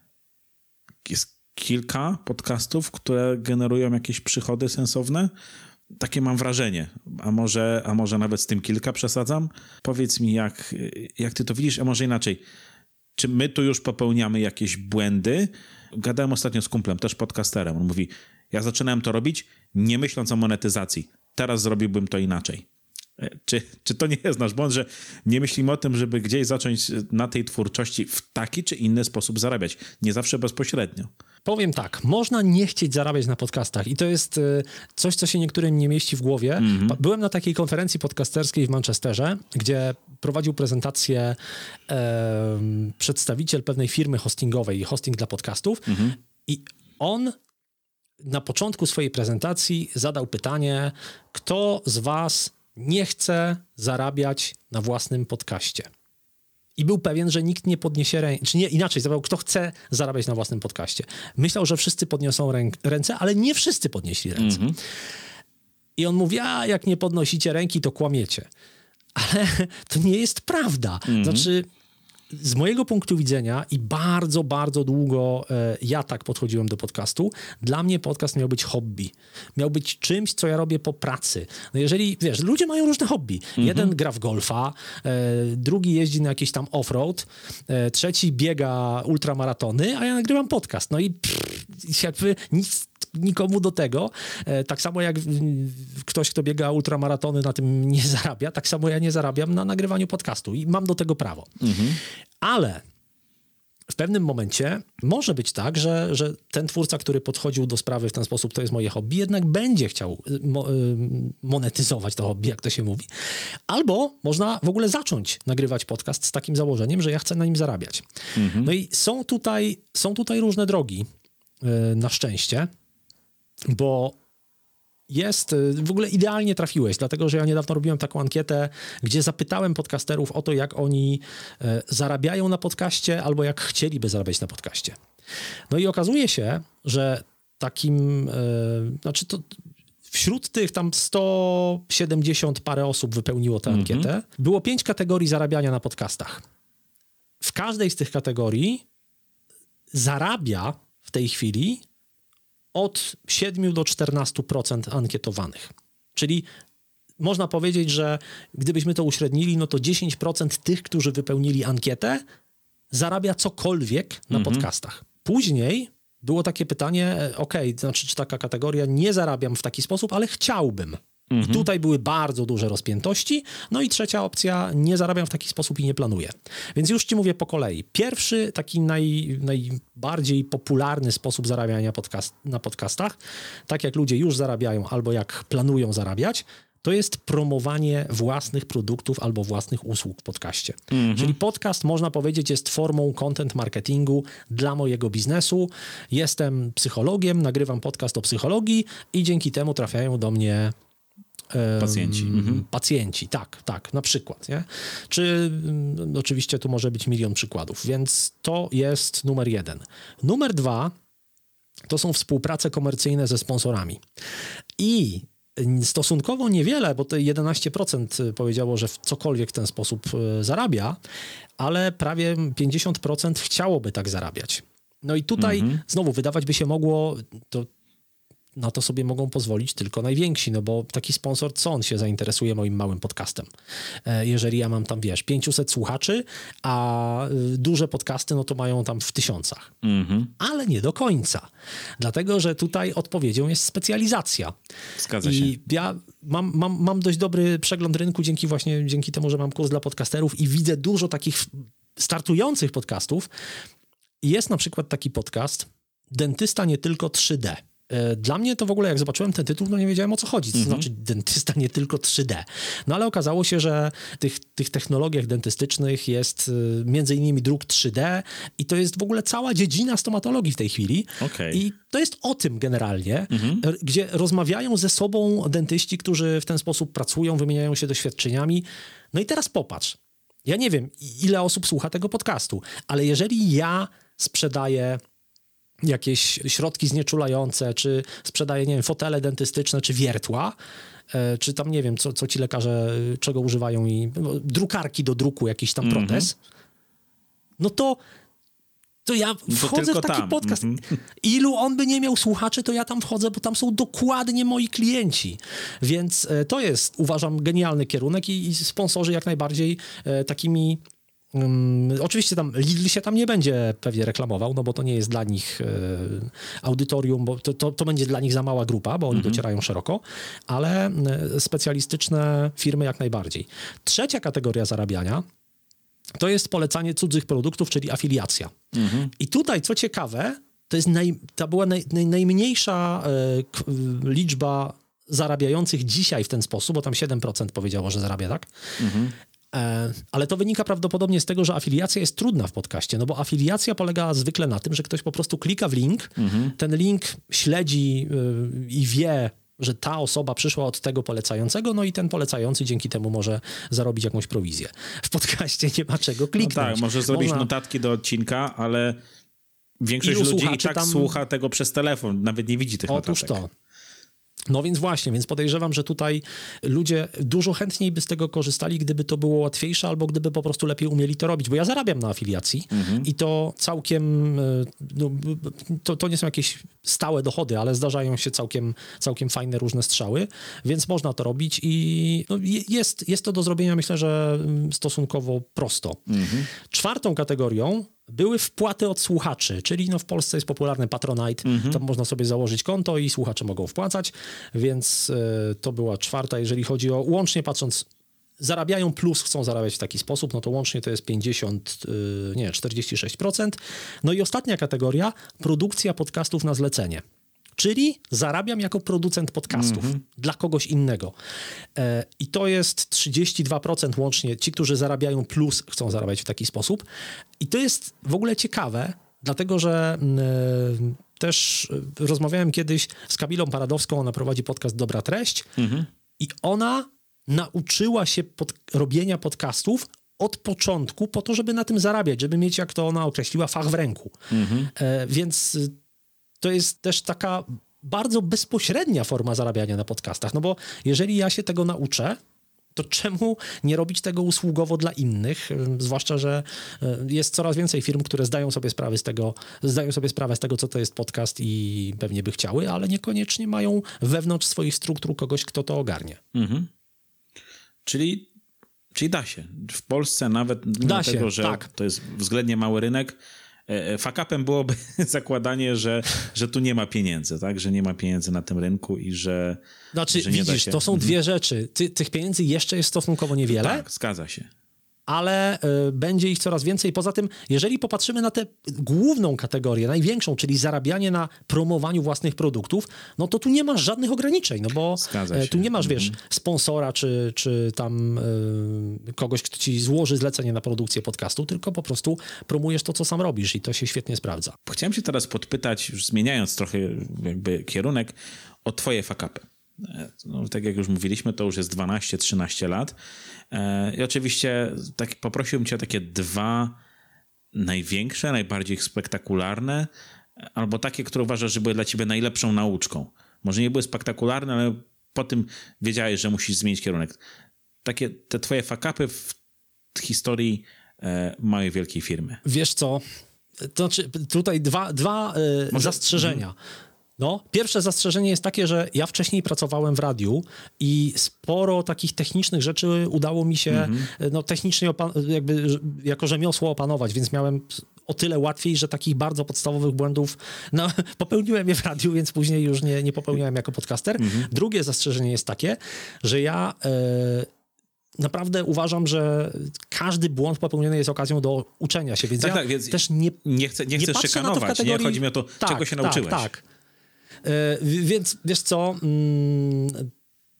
jest kilka podcastów, które generują jakieś przychody sensowne. Takie mam wrażenie. A może, a może nawet z tym kilka przesadzam? Powiedz mi, jak, jak ty to widzisz, a może inaczej. Czy my tu już popełniamy jakieś błędy? Gadałem ostatnio z kumplem, też podcasterem. On mówi, ja zaczynałem to robić nie myśląc o monetyzacji. Teraz zrobiłbym to inaczej. Czy, czy to nie jest nasz błąd, że nie myślimy o tym, żeby gdzieś zacząć na tej twórczości w taki czy inny sposób zarabiać? Nie zawsze bezpośrednio. Powiem tak, można nie chcieć zarabiać na podcastach i to jest y, coś, co się niektórym nie mieści w głowie. Mm-hmm. Byłem na takiej konferencji podcasterskiej w Manchesterze, gdzie prowadził prezentację y, przedstawiciel pewnej firmy hostingowej, hosting dla podcastów mm-hmm. i on na początku swojej prezentacji zadał pytanie, kto z was nie chce zarabiać na własnym podcaście. I był pewien, że nikt nie podniesie ręki, czy nie, inaczej, zapytał, kto chce zarabiać na własnym podcaście. Myślał, że wszyscy podniosą ręk, ręce, ale nie wszyscy podnieśli ręce. Mm-hmm. I on mówi, a jak nie podnosicie ręki, to kłamiecie. Ale to nie jest prawda. Mm-hmm. Znaczy, z mojego punktu widzenia i bardzo, bardzo długo e, ja tak podchodziłem do podcastu, dla mnie podcast miał być hobby. Miał być czymś, co ja robię po pracy. No jeżeli, wiesz, ludzie mają różne hobby. Mhm. Jeden gra w golfa, e, drugi jeździ na jakiś tam off-road, e, trzeci biega ultramaratony, a ja nagrywam podcast. No i pff, jakby nic nikomu do tego. E, tak samo jak w, ktoś, kto biega ultramaratony, na tym nie zarabia, tak samo ja nie zarabiam na nagrywaniu podcastu i mam do tego prawo. Mhm. Ale w pewnym momencie może być tak, że, że ten twórca, który podchodził do sprawy w ten sposób, to jest moje hobby, jednak będzie chciał mo- monetyzować to hobby, jak to się mówi. Albo można w ogóle zacząć nagrywać podcast z takim założeniem, że ja chcę na nim zarabiać. Mhm. No i są tutaj, są tutaj różne drogi, na szczęście, bo jest, w ogóle idealnie trafiłeś, dlatego, że ja niedawno robiłem taką ankietę, gdzie zapytałem podcasterów o to, jak oni e, zarabiają na podcaście albo jak chcieliby zarabiać na podcaście. No i okazuje się, że takim, e, znaczy to wśród tych tam sto siedemdziesiąt parę osób wypełniło tę ankietę, mm-hmm. było pięć kategorii zarabiania na podcastach. W każdej z tych kategorii zarabia w tej chwili od siedem do czternastu procent ankietowanych. Czyli można powiedzieć, że gdybyśmy to uśrednili, no to dziesięć procent tych, którzy wypełnili ankietę, zarabia cokolwiek na mhm. podcastach. Później było takie pytanie, okej, okay, znaczy czy taka kategoria, nie zarabiam w taki sposób, ale chciałbym. Mhm. I tutaj były bardzo duże rozpiętości. No i trzecia opcja, nie zarabiam w taki sposób i nie planuję. Więc już ci mówię po kolei. Pierwszy, taki naj, najbardziej popularny sposób zarabiania podcast, na podcastach, tak jak ludzie już zarabiają albo jak planują zarabiać, to jest promowanie własnych produktów albo własnych usług w podcaście. Mhm. Czyli podcast, można powiedzieć, jest formą content marketingu dla mojego biznesu. Jestem psychologiem, nagrywam podcast o psychologii i dzięki temu trafiają do mnie Pacjenci. Mhm. Pacjenci, tak, tak, na przykład, nie? Czy no, oczywiście tu może być milion przykładów, więc to jest numer jeden. Numer dwa to są współprace komercyjne ze sponsorami. I stosunkowo niewiele, bo to jedenaście procent powiedziało, że w cokolwiek w ten sposób zarabia, ale prawie pięćdziesiąt procent chciałoby tak zarabiać. No i tutaj mhm. znowu wydawać by się mogło, to na to sobie mogą pozwolić tylko najwięksi, no bo taki sponsor, co on się zainteresuje moim małym podcastem? Jeżeli ja mam tam, wiesz, pięćset słuchaczy, a duże podcasty, no to mają tam w tysiącach. Mm-hmm. Ale nie do końca. Dlatego, że tutaj odpowiedzią jest specjalizacja. Zgadza I się. I ja mam, mam, mam dość dobry przegląd rynku dzięki właśnie, dzięki temu, że mam kurs dla podcasterów i widzę dużo takich startujących podcastów. Jest na przykład taki podcast Dentysta nie tylko trzy D. Dla mnie to w ogóle, jak zobaczyłem ten tytuł, no nie wiedziałem, o co chodzi. To mm-hmm. znaczy dentysta nie tylko trzy D. No ale okazało się, że tych, tych technologiach dentystycznych jest y, między innymi druk trzy D i to jest w ogóle cała dziedzina stomatologii w tej chwili. Okay. I to jest o tym generalnie, mm-hmm. r, gdzie rozmawiają ze sobą dentyści, którzy w ten sposób pracują, wymieniają się doświadczeniami. No i teraz popatrz. Ja nie wiem, ile osób słucha tego podcastu, ale jeżeli ja sprzedaję jakieś środki znieczulające, czy sprzedaje, nie wiem, fotele dentystyczne, czy wiertła, e, czy tam, nie wiem, co, co ci lekarze, czego używają i no, drukarki do druku, jakiś tam mm-hmm. protez, no to to ja wchodzę w taki tam. podcast. Mm-hmm. Ilu on by nie miał słuchaczy, to ja tam wchodzę, bo tam są dokładnie moi klienci. Więc e, to jest, uważam, genialny kierunek i, i sponsorzy jak najbardziej e, takimi Um, oczywiście tam Lidl się tam nie będzie pewnie reklamował, no bo to nie jest dla nich e, audytorium, bo to, to, to będzie dla nich za mała grupa, bo oni mm-hmm. docierają szeroko, ale e, specjalistyczne firmy jak najbardziej. Trzecia kategoria zarabiania to jest polecanie cudzych produktów, czyli afiliacja. Mm-hmm. I tutaj, co ciekawe, to jest naj, to była naj, naj, najmniejsza e, k, liczba zarabiających dzisiaj w ten sposób, bo tam siedem procent powiedziało, że zarabia, tak? Mm-hmm. Ale to wynika prawdopodobnie z tego, że afiliacja jest trudna w podcaście, no bo afiliacja polega zwykle na tym, że ktoś po prostu klika w link, mhm. ten link śledzi yy, i wie, że ta osoba przyszła od tego polecającego, no i ten polecający dzięki temu może zarobić jakąś prowizję. W podcaście nie ma czego kliknąć. No tak, może zrobić Można... notatki do odcinka, ale większość Ilu ludzi i tak tam... słucha tego przez telefon, nawet nie widzi tych Otóż notatek. Otóż to. No więc właśnie, więc podejrzewam, że tutaj ludzie dużo chętniej by z tego korzystali, gdyby to było łatwiejsze albo gdyby po prostu lepiej umieli to robić, bo ja zarabiam na afiliacji mhm. i to całkiem, no, to, to nie są jakieś stałe dochody, ale zdarzają się całkiem, całkiem fajne różne strzały, więc można to robić i no, jest, jest to do zrobienia, myślę, że stosunkowo prosto. Mhm. Czwartą kategorią były wpłaty od słuchaczy, czyli no w Polsce jest popularny Patronite, mm-hmm. tam można sobie założyć konto i słuchacze mogą wpłacać, więc y, to była czwarta, jeżeli chodzi o, łącznie patrząc, zarabiają plus chcą zarabiać w taki sposób, no to łącznie to jest pięćdziesiąt, y, nie, czterdzieści sześć procent. No i ostatnia kategoria, produkcja podcastów na zlecenie. Czyli zarabiam jako producent podcastów mm-hmm. dla kogoś innego. E, I to jest trzydzieści dwa procent łącznie. Ci, którzy zarabiają plus, chcą zarabiać w taki sposób. I to jest w ogóle ciekawe, dlatego że e, też rozmawiałem kiedyś z Kamilą Paradowską, ona prowadzi podcast Dobra Treść mm-hmm. i ona nauczyła się pod, robienia podcastów od początku po to, żeby na tym zarabiać, żeby mieć, jak to ona określiła, fach w ręku. Mm-hmm. E, więc to jest też taka bardzo bezpośrednia forma zarabiania na podcastach, no bo jeżeli ja się tego nauczę, to czemu nie robić tego usługowo dla innych? Zwłaszcza, że jest coraz więcej firm, które zdają sobie sprawę z tego, zdają sobie sprawę z tego, co to jest podcast i pewnie by chciały, ale niekoniecznie mają wewnątrz swoich struktur kogoś, kto to ogarnie. Mhm. Czyli, czyli da się. W Polsce nawet mimo da tego, się, że tak. to jest względnie mały rynek, fuck-upem byłoby zakładanie, że, że tu nie ma pieniędzy, tak? Że nie ma pieniędzy na tym rynku i że Znaczy, że nie widzisz, da się... to są dwie rzeczy. Ty, tych pieniędzy jeszcze jest stosunkowo niewiele. Tak, zgadza się. Ale y, będzie ich coraz więcej. Poza tym, jeżeli popatrzymy na tę główną kategorię, największą, czyli zarabianie na promowaniu własnych produktów, no to tu nie masz żadnych ograniczeń, no bo y, tu nie masz, wiesz, mm. sponsora, czy, czy tam y, kogoś, kto ci złoży zlecenie na produkcję podcastu, tylko po prostu promujesz to, co sam robisz i to się świetnie sprawdza. Chciałem się teraz podpytać, już zmieniając trochę jakby kierunek, o twoje fuck-upy. no, tak jak już mówiliśmy, to już jest dwanaście trzynaście lat. I oczywiście tak, poprosiłbym cię o takie dwa największe, najbardziej spektakularne, albo takie, które uważasz, że były dla ciebie najlepszą nauczką. Może nie były spektakularne, ale po tym wiedziałeś, że musisz zmienić kierunek. Takie te twoje fuck-upy w historii e, małej, wielkiej firmy. Wiesz co, to znaczy tutaj dwa, dwa e, Może... zastrzeżenia. No, pierwsze zastrzeżenie jest takie, że ja wcześniej pracowałem w radiu i sporo takich technicznych rzeczy udało mi się mm-hmm. no, technicznie opan- jakby jako rzemiosło opanować, więc miałem o tyle łatwiej, że takich bardzo podstawowych błędów no, popełniłem je w radiu, więc później już nie, nie popełniałem jako podcaster. Mm-hmm. Drugie zastrzeżenie jest takie, że ja e, naprawdę uważam, że każdy błąd popełniony jest okazją do uczenia się, więc tak, ja tak, więc też nie nie chcę, nie chcę nie szykanować, kategorii... nie? Chodzi mi o to, tak, czego się tak, nauczyłeś. Tak, e, więc wiesz co, mm,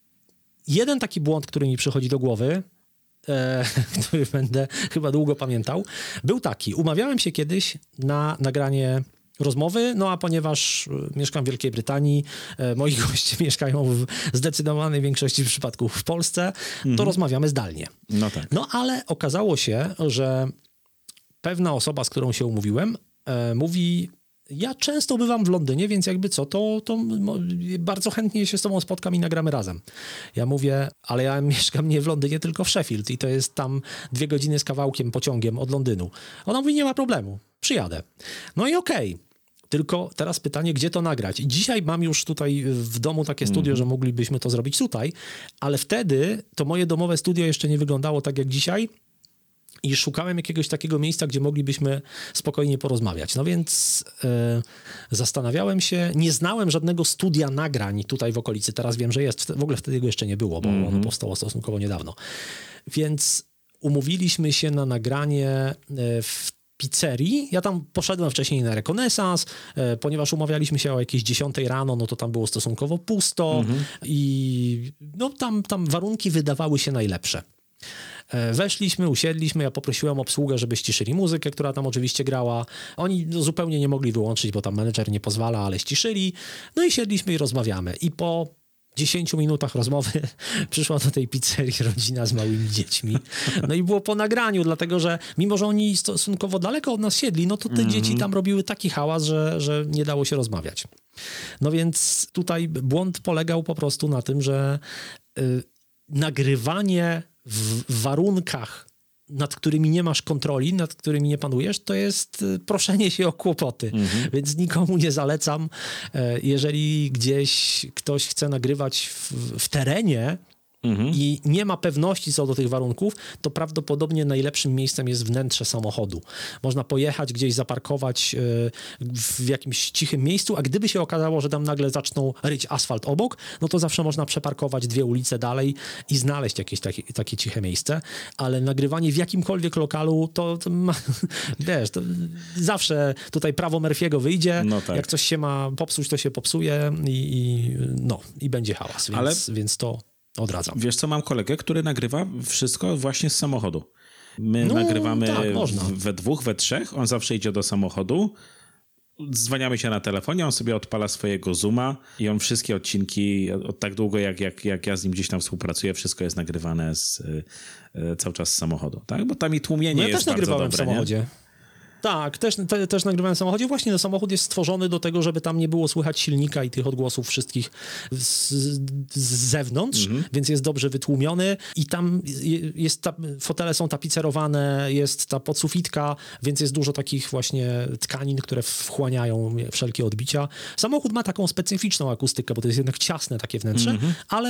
jeden taki błąd, który mi przychodzi do głowy, e, który będę chyba długo pamiętał, był taki. Umawiałem się kiedyś na nagranie rozmowy, no a ponieważ mieszkam w Wielkiej Brytanii, e, moi goście mieszkają w zdecydowanej większości przypadków w Polsce, mhm. to rozmawiamy zdalnie. No tak. No ale okazało się, że pewna osoba, z którą się umówiłem, e, mówi: ja często bywam w Londynie, więc jakby co, to, to bardzo chętnie się z tobą spotkam i nagramy razem. Ja mówię, ale ja mieszkam nie w Londynie, tylko w Sheffield i to jest tam dwie godziny z kawałkiem pociągiem od Londynu. Ona mówi, nie ma problemu, przyjadę. No i okej. Okay. Tylko teraz pytanie, gdzie to nagrać? I dzisiaj mam już tutaj w domu takie studio, mm-hmm. że moglibyśmy to zrobić tutaj, ale wtedy to moje domowe studio jeszcze nie wyglądało tak jak dzisiaj i szukałem jakiegoś takiego miejsca, gdzie moglibyśmy spokojnie porozmawiać. No więc e, zastanawiałem się, nie znałem żadnego studia nagrań tutaj w okolicy, teraz wiem, że jest, w ogóle wtedy go jeszcze nie było, bo mm-hmm. ono powstało stosunkowo niedawno. Więc umówiliśmy się na nagranie w pizzerii. Ja tam poszedłem wcześniej na rekonesans, e, ponieważ umawialiśmy się o jakieś dziesiątej rano, no to tam było stosunkowo pusto mm-hmm. i no tam, tam warunki wydawały się najlepsze. E, weszliśmy, usiedliśmy, ja poprosiłem obsługę, żeby ściszyli muzykę, która tam oczywiście grała. Oni no, zupełnie nie mogli wyłączyć, bo tam menedżer nie pozwala, ale ściszyli. No i siedliśmy i rozmawiamy. I po dziesięciu minutach rozmowy przyszła do tej pizzerii rodzina z małymi dziećmi. No i było po nagraniu, dlatego że mimo, że oni stosunkowo daleko od nas siedli, no to te mm-hmm. dzieci tam robiły taki hałas, że, że nie dało się rozmawiać. No więc tutaj błąd polegał po prostu na tym, że y, nagrywanie w warunkach, nad którymi nie masz kontroli, nad którymi nie panujesz, to jest proszenie się o kłopoty. Mhm. Więc nikomu nie zalecam. Jeżeli gdzieś ktoś chce nagrywać w, w terenie mhm. i nie ma pewności co do tych warunków, to prawdopodobnie najlepszym miejscem jest wnętrze samochodu. Można pojechać gdzieś, zaparkować w jakimś cichym miejscu, a gdyby się okazało, że tam nagle zaczną ryć asfalt obok, no to zawsze można przeparkować dwie ulice dalej i znaleźć jakieś takie, takie ciche miejsce, ale nagrywanie w jakimkolwiek lokalu, to, to ma, wiesz, to zawsze tutaj prawo Murphy'ego wyjdzie, no tak. Jak coś się ma popsuć, to się popsuje i, i no, i będzie hałas, więc, ale... więc to odradzam. Wiesz co, mam kolegę, który nagrywa wszystko właśnie z samochodu. My no, nagrywamy tak, w, we dwóch, we trzech, on zawsze idzie do samochodu, dzwaniamy się na telefonie, on sobie odpala swojego Zooma i on wszystkie odcinki, od tak długo jak, jak, jak ja z nim gdzieś tam współpracuję, wszystko jest nagrywane z, y, y, cały czas z samochodu, tak? Bo tam i tłumienie no ja jest bardzo dobre. Ja też nagrywałem w samochodzie. Nie? Tak, też, te, też nagrywałem w samochodzie. Właśnie no, samochód jest stworzony do tego, żeby tam nie było słychać silnika i tych odgłosów wszystkich z, z zewnątrz, mm-hmm. więc jest dobrze wytłumiony i tam jest ta, fotele są tapicerowane, jest ta podsufitka, więc jest dużo takich właśnie tkanin, które wchłaniają wszelkie odbicia. Samochód ma taką specyficzną akustykę, bo to jest jednak ciasne takie wnętrze, mm-hmm. ale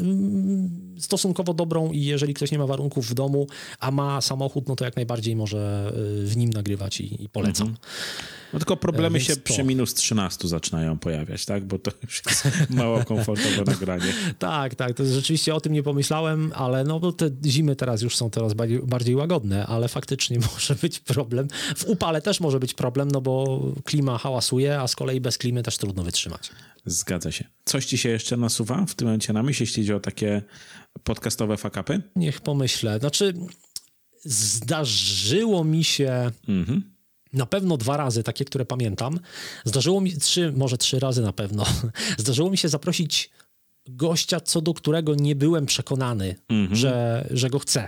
mm, stosunkowo dobrą i jeżeli ktoś nie ma warunków w domu, a ma samochód, no to jak najbardziej może w nim nagrywać i i polecam. Mhm. No tylko problemy e, się to... przy minus trzynastu zaczynają pojawiać, tak? Bo to już jest mało komfortowe nagranie. Tak, tak. To rzeczywiście o tym nie pomyślałem, ale no bo te zimy teraz już są coraz bardziej, bardziej łagodne, ale faktycznie może być problem. W upale też może być problem, no bo klima hałasuje, a z kolei bez klimy też trudno wytrzymać. Zgadza się. Coś ci się jeszcze nasuwa w tym momencie na myśl, jeśli chodzi o takie podcastowe fuck-upy? Niech pomyślę. Znaczy, zdarzyło mi się... Mhm. Na pewno dwa razy, takie, które pamiętam. Zdarzyło mi, trzy, może trzy razy na pewno, zdarzyło mi się zaprosić gościa, co do którego nie byłem przekonany, mhm. że, że go chcę.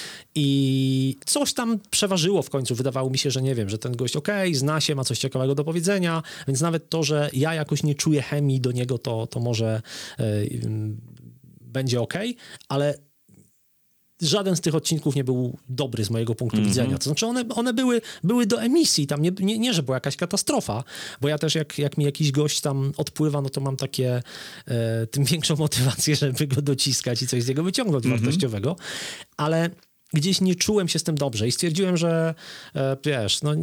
I coś tam przeważyło w końcu. Wydawało mi się, że nie wiem, że ten gość okej, okay, zna się, ma coś ciekawego do powiedzenia, więc nawet to, że ja jakoś nie czuję chemii do niego, to, to może yy, yy, będzie okej, okay, ale żaden z tych odcinków nie był dobry z mojego punktu mm-hmm. widzenia. To znaczy one, one były, były do emisji, tam nie, nie, nie, że była jakaś katastrofa, bo ja też jak, jak mi jakiś gość tam odpływa, no to mam takie, e, tym większą motywację, żeby go dociskać i coś z niego wyciągnąć mm-hmm. wartościowego, ale gdzieś nie czułem się z tym dobrze i stwierdziłem, że e, wiesz, no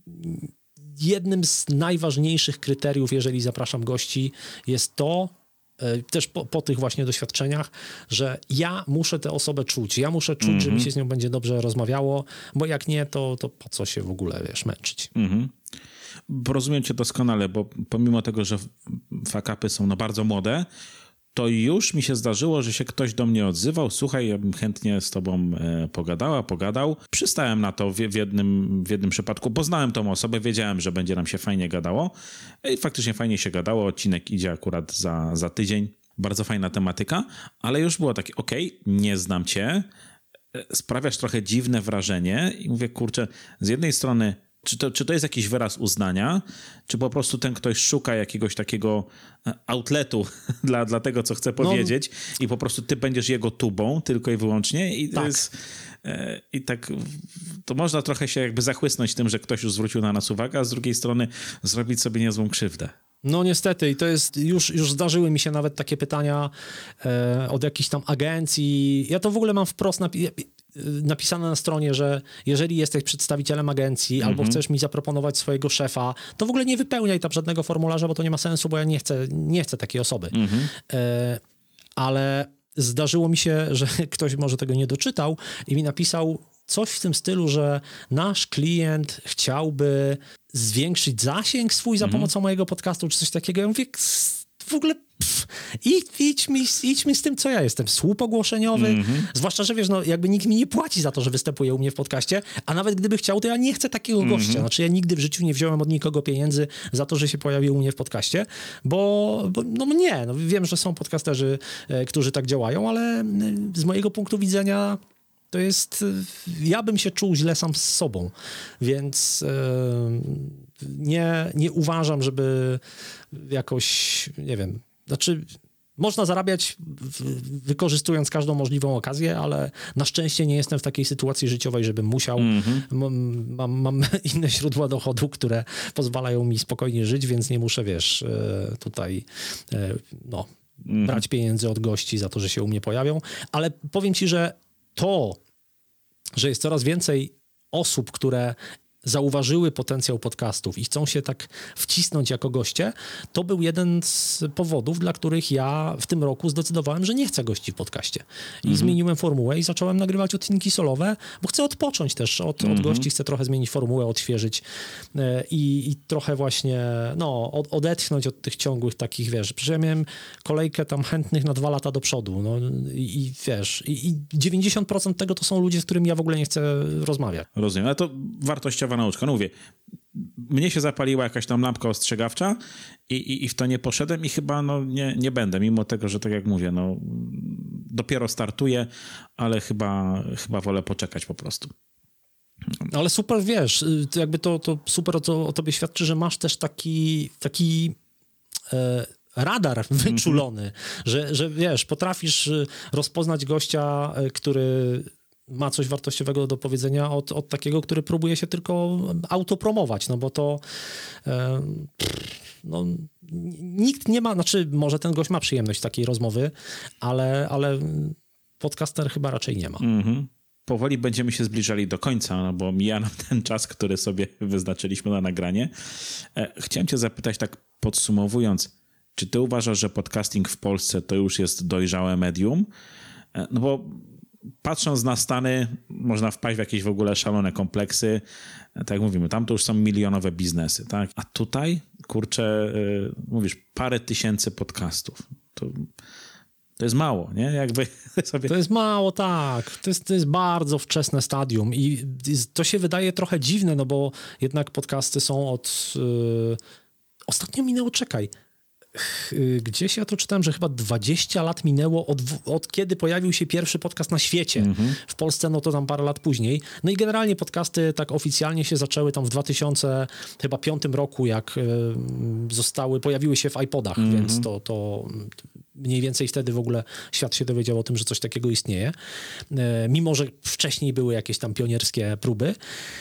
jednym z najważniejszych kryteriów, jeżeli zapraszam gości, jest to, też po, po tych właśnie doświadczeniach, że ja muszę tę osobę czuć. Ja muszę czuć, mm-hmm. że mi się z nią będzie dobrze rozmawiało, bo jak nie, to, to po co się w ogóle, wiesz, męczyć. Mm-hmm. Rozumiem cię doskonale, bo pomimo tego, że fuck-upy są no bardzo młode, to już mi się zdarzyło, że się ktoś do mnie odzywał. Słuchaj, ja bym chętnie z tobą e, pogadała, pogadał. Przystałem na to w, w, jednym, w jednym przypadku, bo znałem tą osobę, wiedziałem, że będzie nam się fajnie gadało. I faktycznie fajnie się gadało. Odcinek idzie akurat za, za tydzień. Bardzo fajna tematyka, ale już było takie, okej, okay, nie znam cię, sprawiasz trochę dziwne wrażenie i mówię, kurczę, z jednej strony Czy to, czy to jest jakiś wyraz uznania, czy po prostu ten ktoś szuka jakiegoś takiego outletu dla, dla tego, co chce powiedzieć no. i po prostu ty będziesz jego tubą tylko i wyłącznie i to tak. jest... I tak to można trochę się jakby zachłysnąć tym, że ktoś już zwrócił na nas uwagę, a z drugiej strony zrobić sobie niezłą krzywdę. No niestety i to jest, już, już zdarzyły mi się nawet takie pytania e, od jakichś tam agencji. Ja to w ogóle mam wprost napi- napisane na stronie, że jeżeli jesteś przedstawicielem agencji mm-hmm. albo chcesz mi zaproponować swojego szefa, to w ogóle nie wypełniaj tam żadnego formularza, bo to nie ma sensu, bo ja nie chcę, nie chcę takiej osoby. Mm-hmm. E, ale zdarzyło mi się, że ktoś może tego nie doczytał i mi napisał coś w tym stylu, że nasz klient chciałby zwiększyć zasięg swój za mm-hmm. pomocą mojego podcastu, czy coś takiego. Ja mówię, w ogóle pff, idź, idź, mi, idź mi z tym, co ja jestem. Słup ogłoszeniowy. Mm-hmm. Zwłaszcza, że wiesz, no jakby nikt mi nie płaci za to, że występuje u mnie w podcaście, a nawet gdyby chciał, to ja nie chcę takiego mm-hmm. gościa. Znaczy ja nigdy w życiu nie wziąłem od nikogo pieniędzy za to, że się pojawił u mnie w podcaście, bo, bo no nie, no wiem, że są podcasterzy, e, którzy tak działają, ale e, z mojego punktu widzenia to jest, ja bym się czuł źle sam z sobą, więc e, nie, nie uważam, żeby jakoś, nie wiem, znaczy można zarabiać wykorzystując każdą możliwą okazję, ale na szczęście nie jestem w takiej sytuacji życiowej, żebym musiał. Mm-hmm. Mam, mam, mam inne źródła dochodu, które pozwalają mi spokojnie żyć, więc nie muszę, wiesz, tutaj no, mm-hmm. brać pieniędzy od gości za to, że się u mnie pojawią, ale powiem ci, że to, że jest coraz więcej osób, które zauważyły potencjał podcastów i chcą się tak wcisnąć jako goście, to był jeden z powodów, dla których ja w tym roku zdecydowałem, że nie chcę gości w podcaście. I mm-hmm. zmieniłem formułę i zacząłem nagrywać odcinki solowe, bo chcę odpocząć też od, mm-hmm. od gości, chcę trochę zmienić formułę, odświeżyć i, i trochę właśnie no, od, odetchnąć od tych ciągłych takich, wiesz, przecież ja miałem kolejkę tam chętnych na dwa lata do przodu, no i, i wiesz, i, i dziewięćdziesiąt procent tego to są ludzie, z którymi ja w ogóle nie chcę rozmawiać. Rozumiem, ale to wartościowa nauczka. No mówię, mnie się zapaliła jakaś tam lampka ostrzegawcza i, i, i w to nie poszedłem i chyba no, nie, nie będę, mimo tego, że tak jak mówię, no dopiero startuję, ale chyba, chyba wolę poczekać po prostu. Ale super, wiesz, to jakby to, to super o, to, o tobie świadczy, że masz też taki, taki e, radar wyczulony, mm-hmm. że, że wiesz, potrafisz rozpoznać gościa, który ma coś wartościowego do powiedzenia od, od takiego, który próbuje się tylko autopromować, no bo to e, no, nikt nie ma, znaczy może ten gość ma przyjemność takiej rozmowy, ale, ale podcaster chyba raczej nie ma. Mm-hmm. Powoli będziemy się zbliżali do końca, no bo mija nam ten czas, który sobie wyznaczyliśmy na nagranie. E, chciałem cię zapytać tak podsumowując, czy ty uważasz, że podcasting w Polsce to już jest dojrzałe medium? E, no bo patrząc na Stany, można wpaść w jakieś w ogóle szalone kompleksy. Tak jak mówimy, tam to już są milionowe biznesy, tak? A tutaj, kurczę, yy, mówisz, parę tysięcy podcastów. To, to jest mało, nie? Jakby sobie... To jest mało, tak. To jest, to jest bardzo wczesne stadium i to się wydaje trochę dziwne, no bo jednak podcasty są od... Yy... Ostatnio minęło, czekaj, gdzieś ja to czytałem, że chyba dwadzieścia lat minęło od, od kiedy pojawił się pierwszy podcast na świecie. Mm-hmm. W Polsce no to tam parę lat później. No i generalnie podcasty tak oficjalnie się zaczęły tam w dwa tysiące piątym roku, jak y, zostały, pojawiły się w iPodach, mm-hmm. więc to, to mniej więcej wtedy w ogóle świat się dowiedział o tym, że coś takiego istnieje. Y, mimo, że wcześniej były jakieś tam pionierskie próby.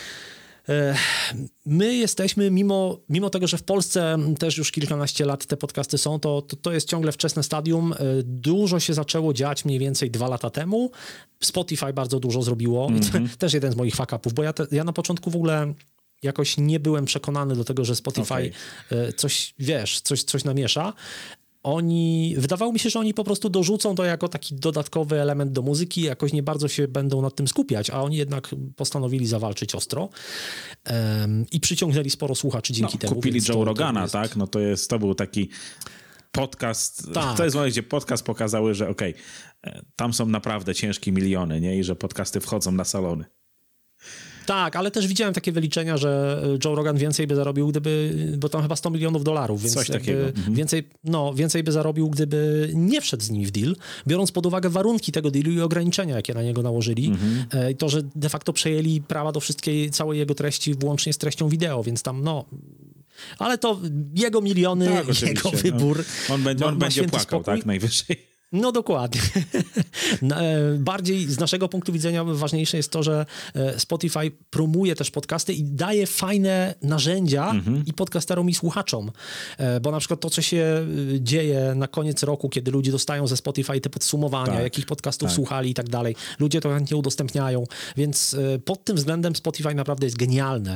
My jesteśmy, mimo, mimo tego, że w Polsce też już kilkanaście lat te podcasty są, to, to, to jest ciągle wczesne stadium. Dużo się zaczęło dziać mniej więcej dwa lata temu. Spotify bardzo dużo zrobiło. Mm-hmm. I to, też jeden z moich fuck-upów, bo ja, te, ja na początku w ogóle jakoś nie byłem przekonany do tego, że Spotify okay. coś, wiesz, coś, coś namiesza. Oni, wydawało mi się, że oni po prostu dorzucą to jako taki dodatkowy element do muzyki, jakoś nie bardzo się będą nad tym skupiać, a oni jednak postanowili zawalczyć ostro um, i przyciągnęli sporo słuchaczy dzięki no, temu. Kupili Joe to, Rogana, to jest... tak? No to jest, to był taki podcast, tak. To jest moment, gdzie podcast pokazały, że okej, okay, tam są naprawdę ciężkie miliony, nie? I że podcasty wchodzą na salony. Tak, ale też widziałem takie wyliczenia, że Joe Rogan więcej by zarobił, gdyby, bo tam chyba sto milionów dolarów, więc coś takiego. Mhm. Więcej, no, więcej by zarobił, gdyby nie wszedł z nimi w deal, biorąc pod uwagę warunki tego dealu i ograniczenia, jakie na niego nałożyli. Mhm. E, I to, że de facto przejęli prawa do wszystkiej, całej jego treści, włącznie z treścią wideo, więc tam no... Ale to jego miliony, tak, jego wybór. No. On będzie, on będzie płakał, spokój. Tak, najwyżej. No dokładnie. Bardziej z naszego punktu widzenia ważniejsze jest to, że Spotify promuje też podcasty i daje fajne narzędzia mm-hmm. i podcasterom i słuchaczom. Bo na przykład to, co się dzieje na koniec roku, kiedy ludzie dostają ze Spotify te podsumowania, tak, jakich podcastów tak. słuchali i tak dalej. Ludzie to chętnie udostępniają, więc pod tym względem Spotify naprawdę jest genialne.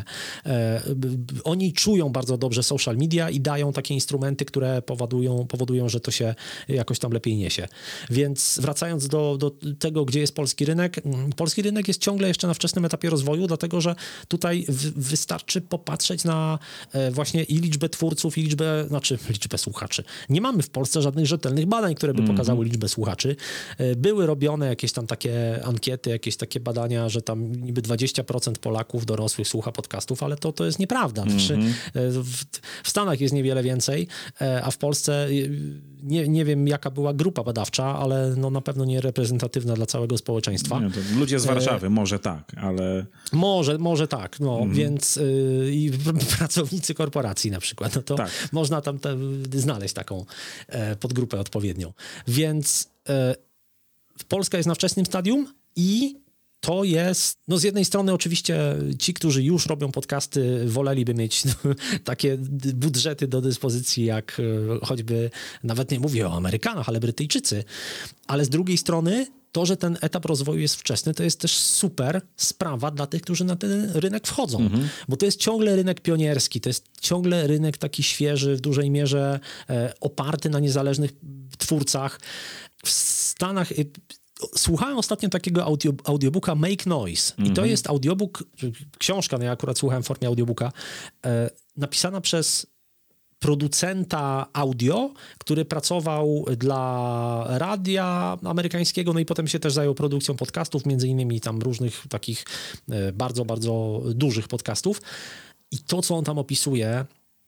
Oni czują bardzo dobrze social media i dają takie instrumenty, które powodują, powodują, że to się jakoś tam lepiej niesie. Więc wracając do, do tego, gdzie jest polski rynek, polski rynek jest ciągle jeszcze na wczesnym etapie rozwoju, dlatego że tutaj w, wystarczy popatrzeć na e, właśnie i liczbę twórców, i liczbę, znaczy liczbę słuchaczy. Nie mamy w Polsce żadnych rzetelnych badań, które by mm-hmm. pokazały liczbę słuchaczy. E, były robione jakieś tam takie ankiety, jakieś takie badania, że tam niby dwadzieścia procent Polaków dorosłych słucha podcastów, ale to, to jest nieprawda. Znaczy, mm-hmm. e, w, w Stanach jest niewiele więcej, e, a w Polsce nie, nie wiem, jaka była grupa badawcza, ale no na pewno nie reprezentatywna dla całego społeczeństwa. Nie, to ludzie z Warszawy, e... może tak, ale... Może, może tak, no, mm. więc yy, i pracownicy korporacji na przykład, no to tak. można tam te, znaleźć taką e, podgrupę odpowiednią. Więc e, Polska jest na wczesnym stadium i to jest, no z jednej strony oczywiście ci, którzy już robią podcasty, woleliby mieć no, takie budżety do dyspozycji, jak choćby, nawet nie mówię o Amerykanach, ale Brytyjczycy, ale z drugiej strony to, że ten etap rozwoju jest wczesny, to jest też super sprawa dla tych, którzy na ten rynek wchodzą, mhm. bo to jest ciągle rynek pionierski, to jest ciągle rynek taki świeży, w dużej mierze e, oparty na niezależnych twórcach. W Stanach... Słuchałem ostatnio takiego audio, audiobooka Make Noise mm-hmm. i to jest audiobook, książka, no ja akurat słuchałem w formie audiobooka, e, napisana przez producenta audio, który pracował dla radia amerykańskiego, no i potem się też zajął produkcją podcastów, między innymi tam różnych takich e, bardzo, bardzo dużych podcastów. I to, co on tam opisuje,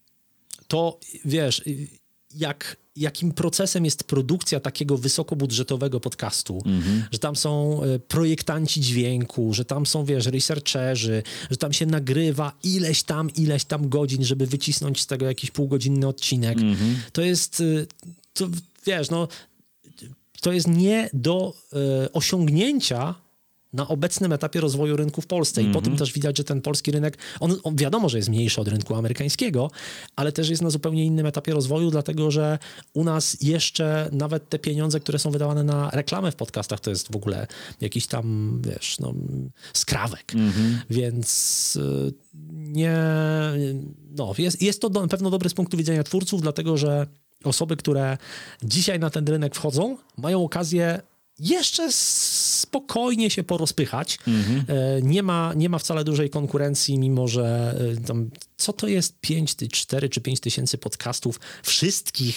to wiesz, jak... jakim procesem jest produkcja takiego wysokobudżetowego podcastu, mm-hmm. że tam są projektanci dźwięku, że tam są, wiesz, researcherzy, że tam się nagrywa ileś tam, ileś tam godzin, żeby wycisnąć z tego jakiś półgodzinny odcinek. Mm-hmm. To jest, to, wiesz, no, to jest nie do e, osiągnięcia na obecnym etapie rozwoju rynku w Polsce. I mm-hmm. po tym też widać, że ten polski rynek, on, on wiadomo, że jest mniejszy od rynku amerykańskiego, ale też jest na zupełnie innym etapie rozwoju, dlatego że u nas jeszcze nawet te pieniądze, które są wydawane na reklamę w podcastach, to jest w ogóle jakiś tam, wiesz, no, skrawek. Mm-hmm. Więc nie... No, jest, jest to na pewno dobre z punktu widzenia twórców, dlatego że osoby, które dzisiaj na ten rynek wchodzą, mają okazję jeszcze spokojnie się porozpychać. Mm-hmm. Nie ma, nie ma wcale dużej konkurencji, mimo że tam, co to jest pięć, cztery czy pięć tysięcy podcastów wszystkich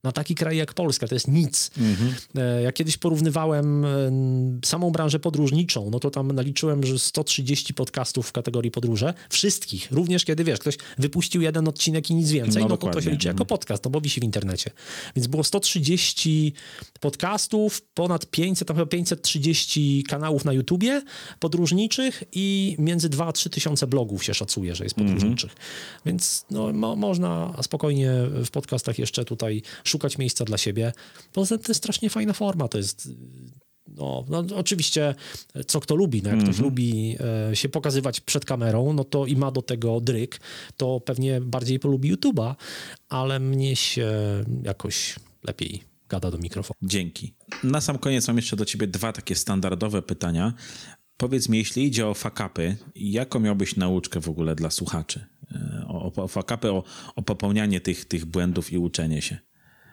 Na taki kraj jak Polska to jest nic. Mhm. Ja kiedyś porównywałem samą branżę podróżniczą, no to tam naliczyłem, że sto trzydzieści podcastów w kategorii podróże, wszystkich, również kiedy, wiesz, ktoś wypuścił jeden odcinek i nic więcej, no, no to to się liczy jako podcast, no bo wisi w internecie. Więc było sto trzydzieści podcastów, ponad pięćset, tam chyba pięćset trzydzieści kanałów na YouTubie podróżniczych i między dwa a trzy tysiące blogów się szacuje, że jest podróżniczych. Mhm. Więc no, mo- można spokojnie w podcastach jeszcze tutaj szukać miejsca dla siebie. Poza tym to jest strasznie fajna forma, to jest no, no oczywiście co kto lubi, no jak mm-hmm. ktoś lubi e, się pokazywać przed kamerą, no to i ma do tego dryk, to pewnie bardziej polubi YouTube'a, ale mnie się jakoś lepiej gada do mikrofonu. Dzięki. Na sam koniec mam jeszcze do ciebie dwa takie standardowe pytania. Powiedz mi, jeśli idzie o fuck-upy, jaką miałbyś nauczkę w ogóle dla słuchaczy? O, o fuck-upy, o, o popełnianie tych, tych błędów i uczenie się.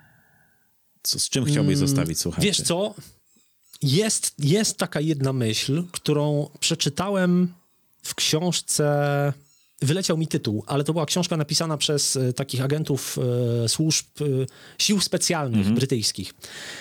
Co, z czym chciałbyś mm, zostawić słuchaczy? Wiesz co? Jest, jest taka jedna myśl, którą przeczytałem w książce, wyleciał mi tytuł, ale to była książka napisana przez e, takich agentów e, służb e, sił specjalnych mm-hmm. brytyjskich.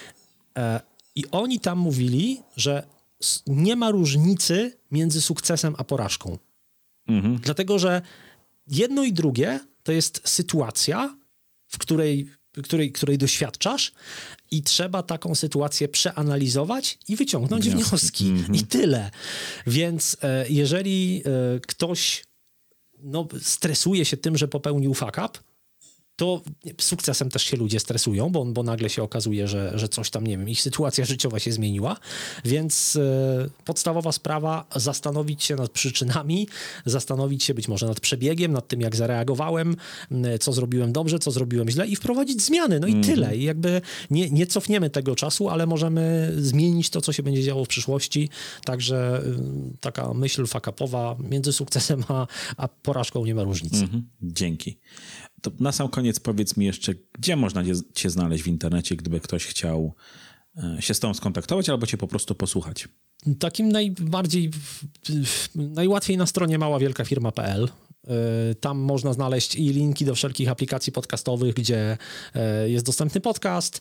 E, I oni tam mówili, że nie ma różnicy między sukcesem a porażką. Mm-hmm. Dlatego, że jedno i drugie to jest sytuacja, w której, której, której doświadczasz i trzeba taką sytuację przeanalizować i wyciągnąć wnioski. wnioski. Mm-hmm. I tyle. Więc e, jeżeli e, ktoś no, stresuje się tym, że popełnił fuck up, to sukcesem też się ludzie stresują, bo, bo nagle się okazuje, że, że coś tam, nie wiem, ich sytuacja życiowa się zmieniła, więc e, podstawowa sprawa, zastanowić się nad przyczynami, zastanowić się być może nad przebiegiem, nad tym, jak zareagowałem, co zrobiłem dobrze, co zrobiłem źle i wprowadzić zmiany, no i mm-hmm. tyle. I jakby nie, nie cofniemy tego czasu, ale możemy zmienić to, co się będzie działo w przyszłości, także y, taka myśl fuck-upowa między sukcesem a, a porażką nie ma różnicy. Mm-hmm. Dzięki. To na sam koniec powiedz mi jeszcze, gdzie można cię znaleźć w internecie, gdyby ktoś chciał się z tobą skontaktować albo cię po prostu posłuchać? Takim najbardziej, najłatwiej na stronie mała wielka firma kropka p l. Tam można znaleźć i linki do wszelkich aplikacji podcastowych, gdzie jest dostępny podcast,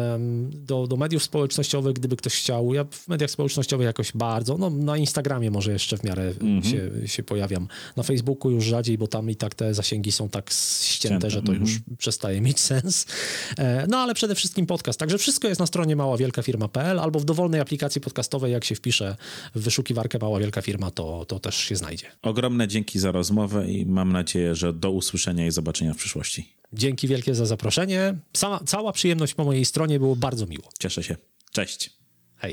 do, do mediów społecznościowych, gdyby ktoś chciał. Ja w mediach społecznościowych jakoś bardzo, no na Instagramie może jeszcze w miarę mm-hmm. się, się pojawiam. Na Facebooku już rzadziej, bo tam i tak te zasięgi są tak ścięte, Ścięte. że to mm-hmm. już przestaje mieć sens. No ale przede wszystkim podcast. Także wszystko jest na stronie mała wielka firma kropka p l albo w dowolnej aplikacji podcastowej, jak się wpisze w wyszukiwarkę Mała Wielka Firma, to, to też się znajdzie. Ogromne dzięki za rozmowę i mam nadzieję, że do usłyszenia i zobaczenia w przyszłości. Dzięki wielkie za zaproszenie. Sama, cała przyjemność po mojej stronie, było bardzo miło. Cieszę się. Cześć. Hej.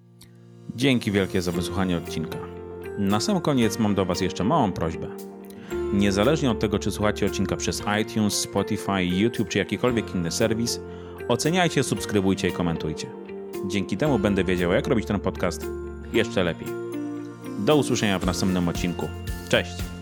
Dzięki wielkie za wysłuchanie odcinka. Na sam koniec mam do was jeszcze małą prośbę. Niezależnie od tego, czy słuchacie odcinka przez iTunes, Spotify, YouTube czy jakikolwiek inny serwis, oceniajcie, subskrybujcie i komentujcie. Dzięki temu będę wiedział, jak robić ten podcast jeszcze lepiej. Do usłyszenia w następnym odcinku. Cześć!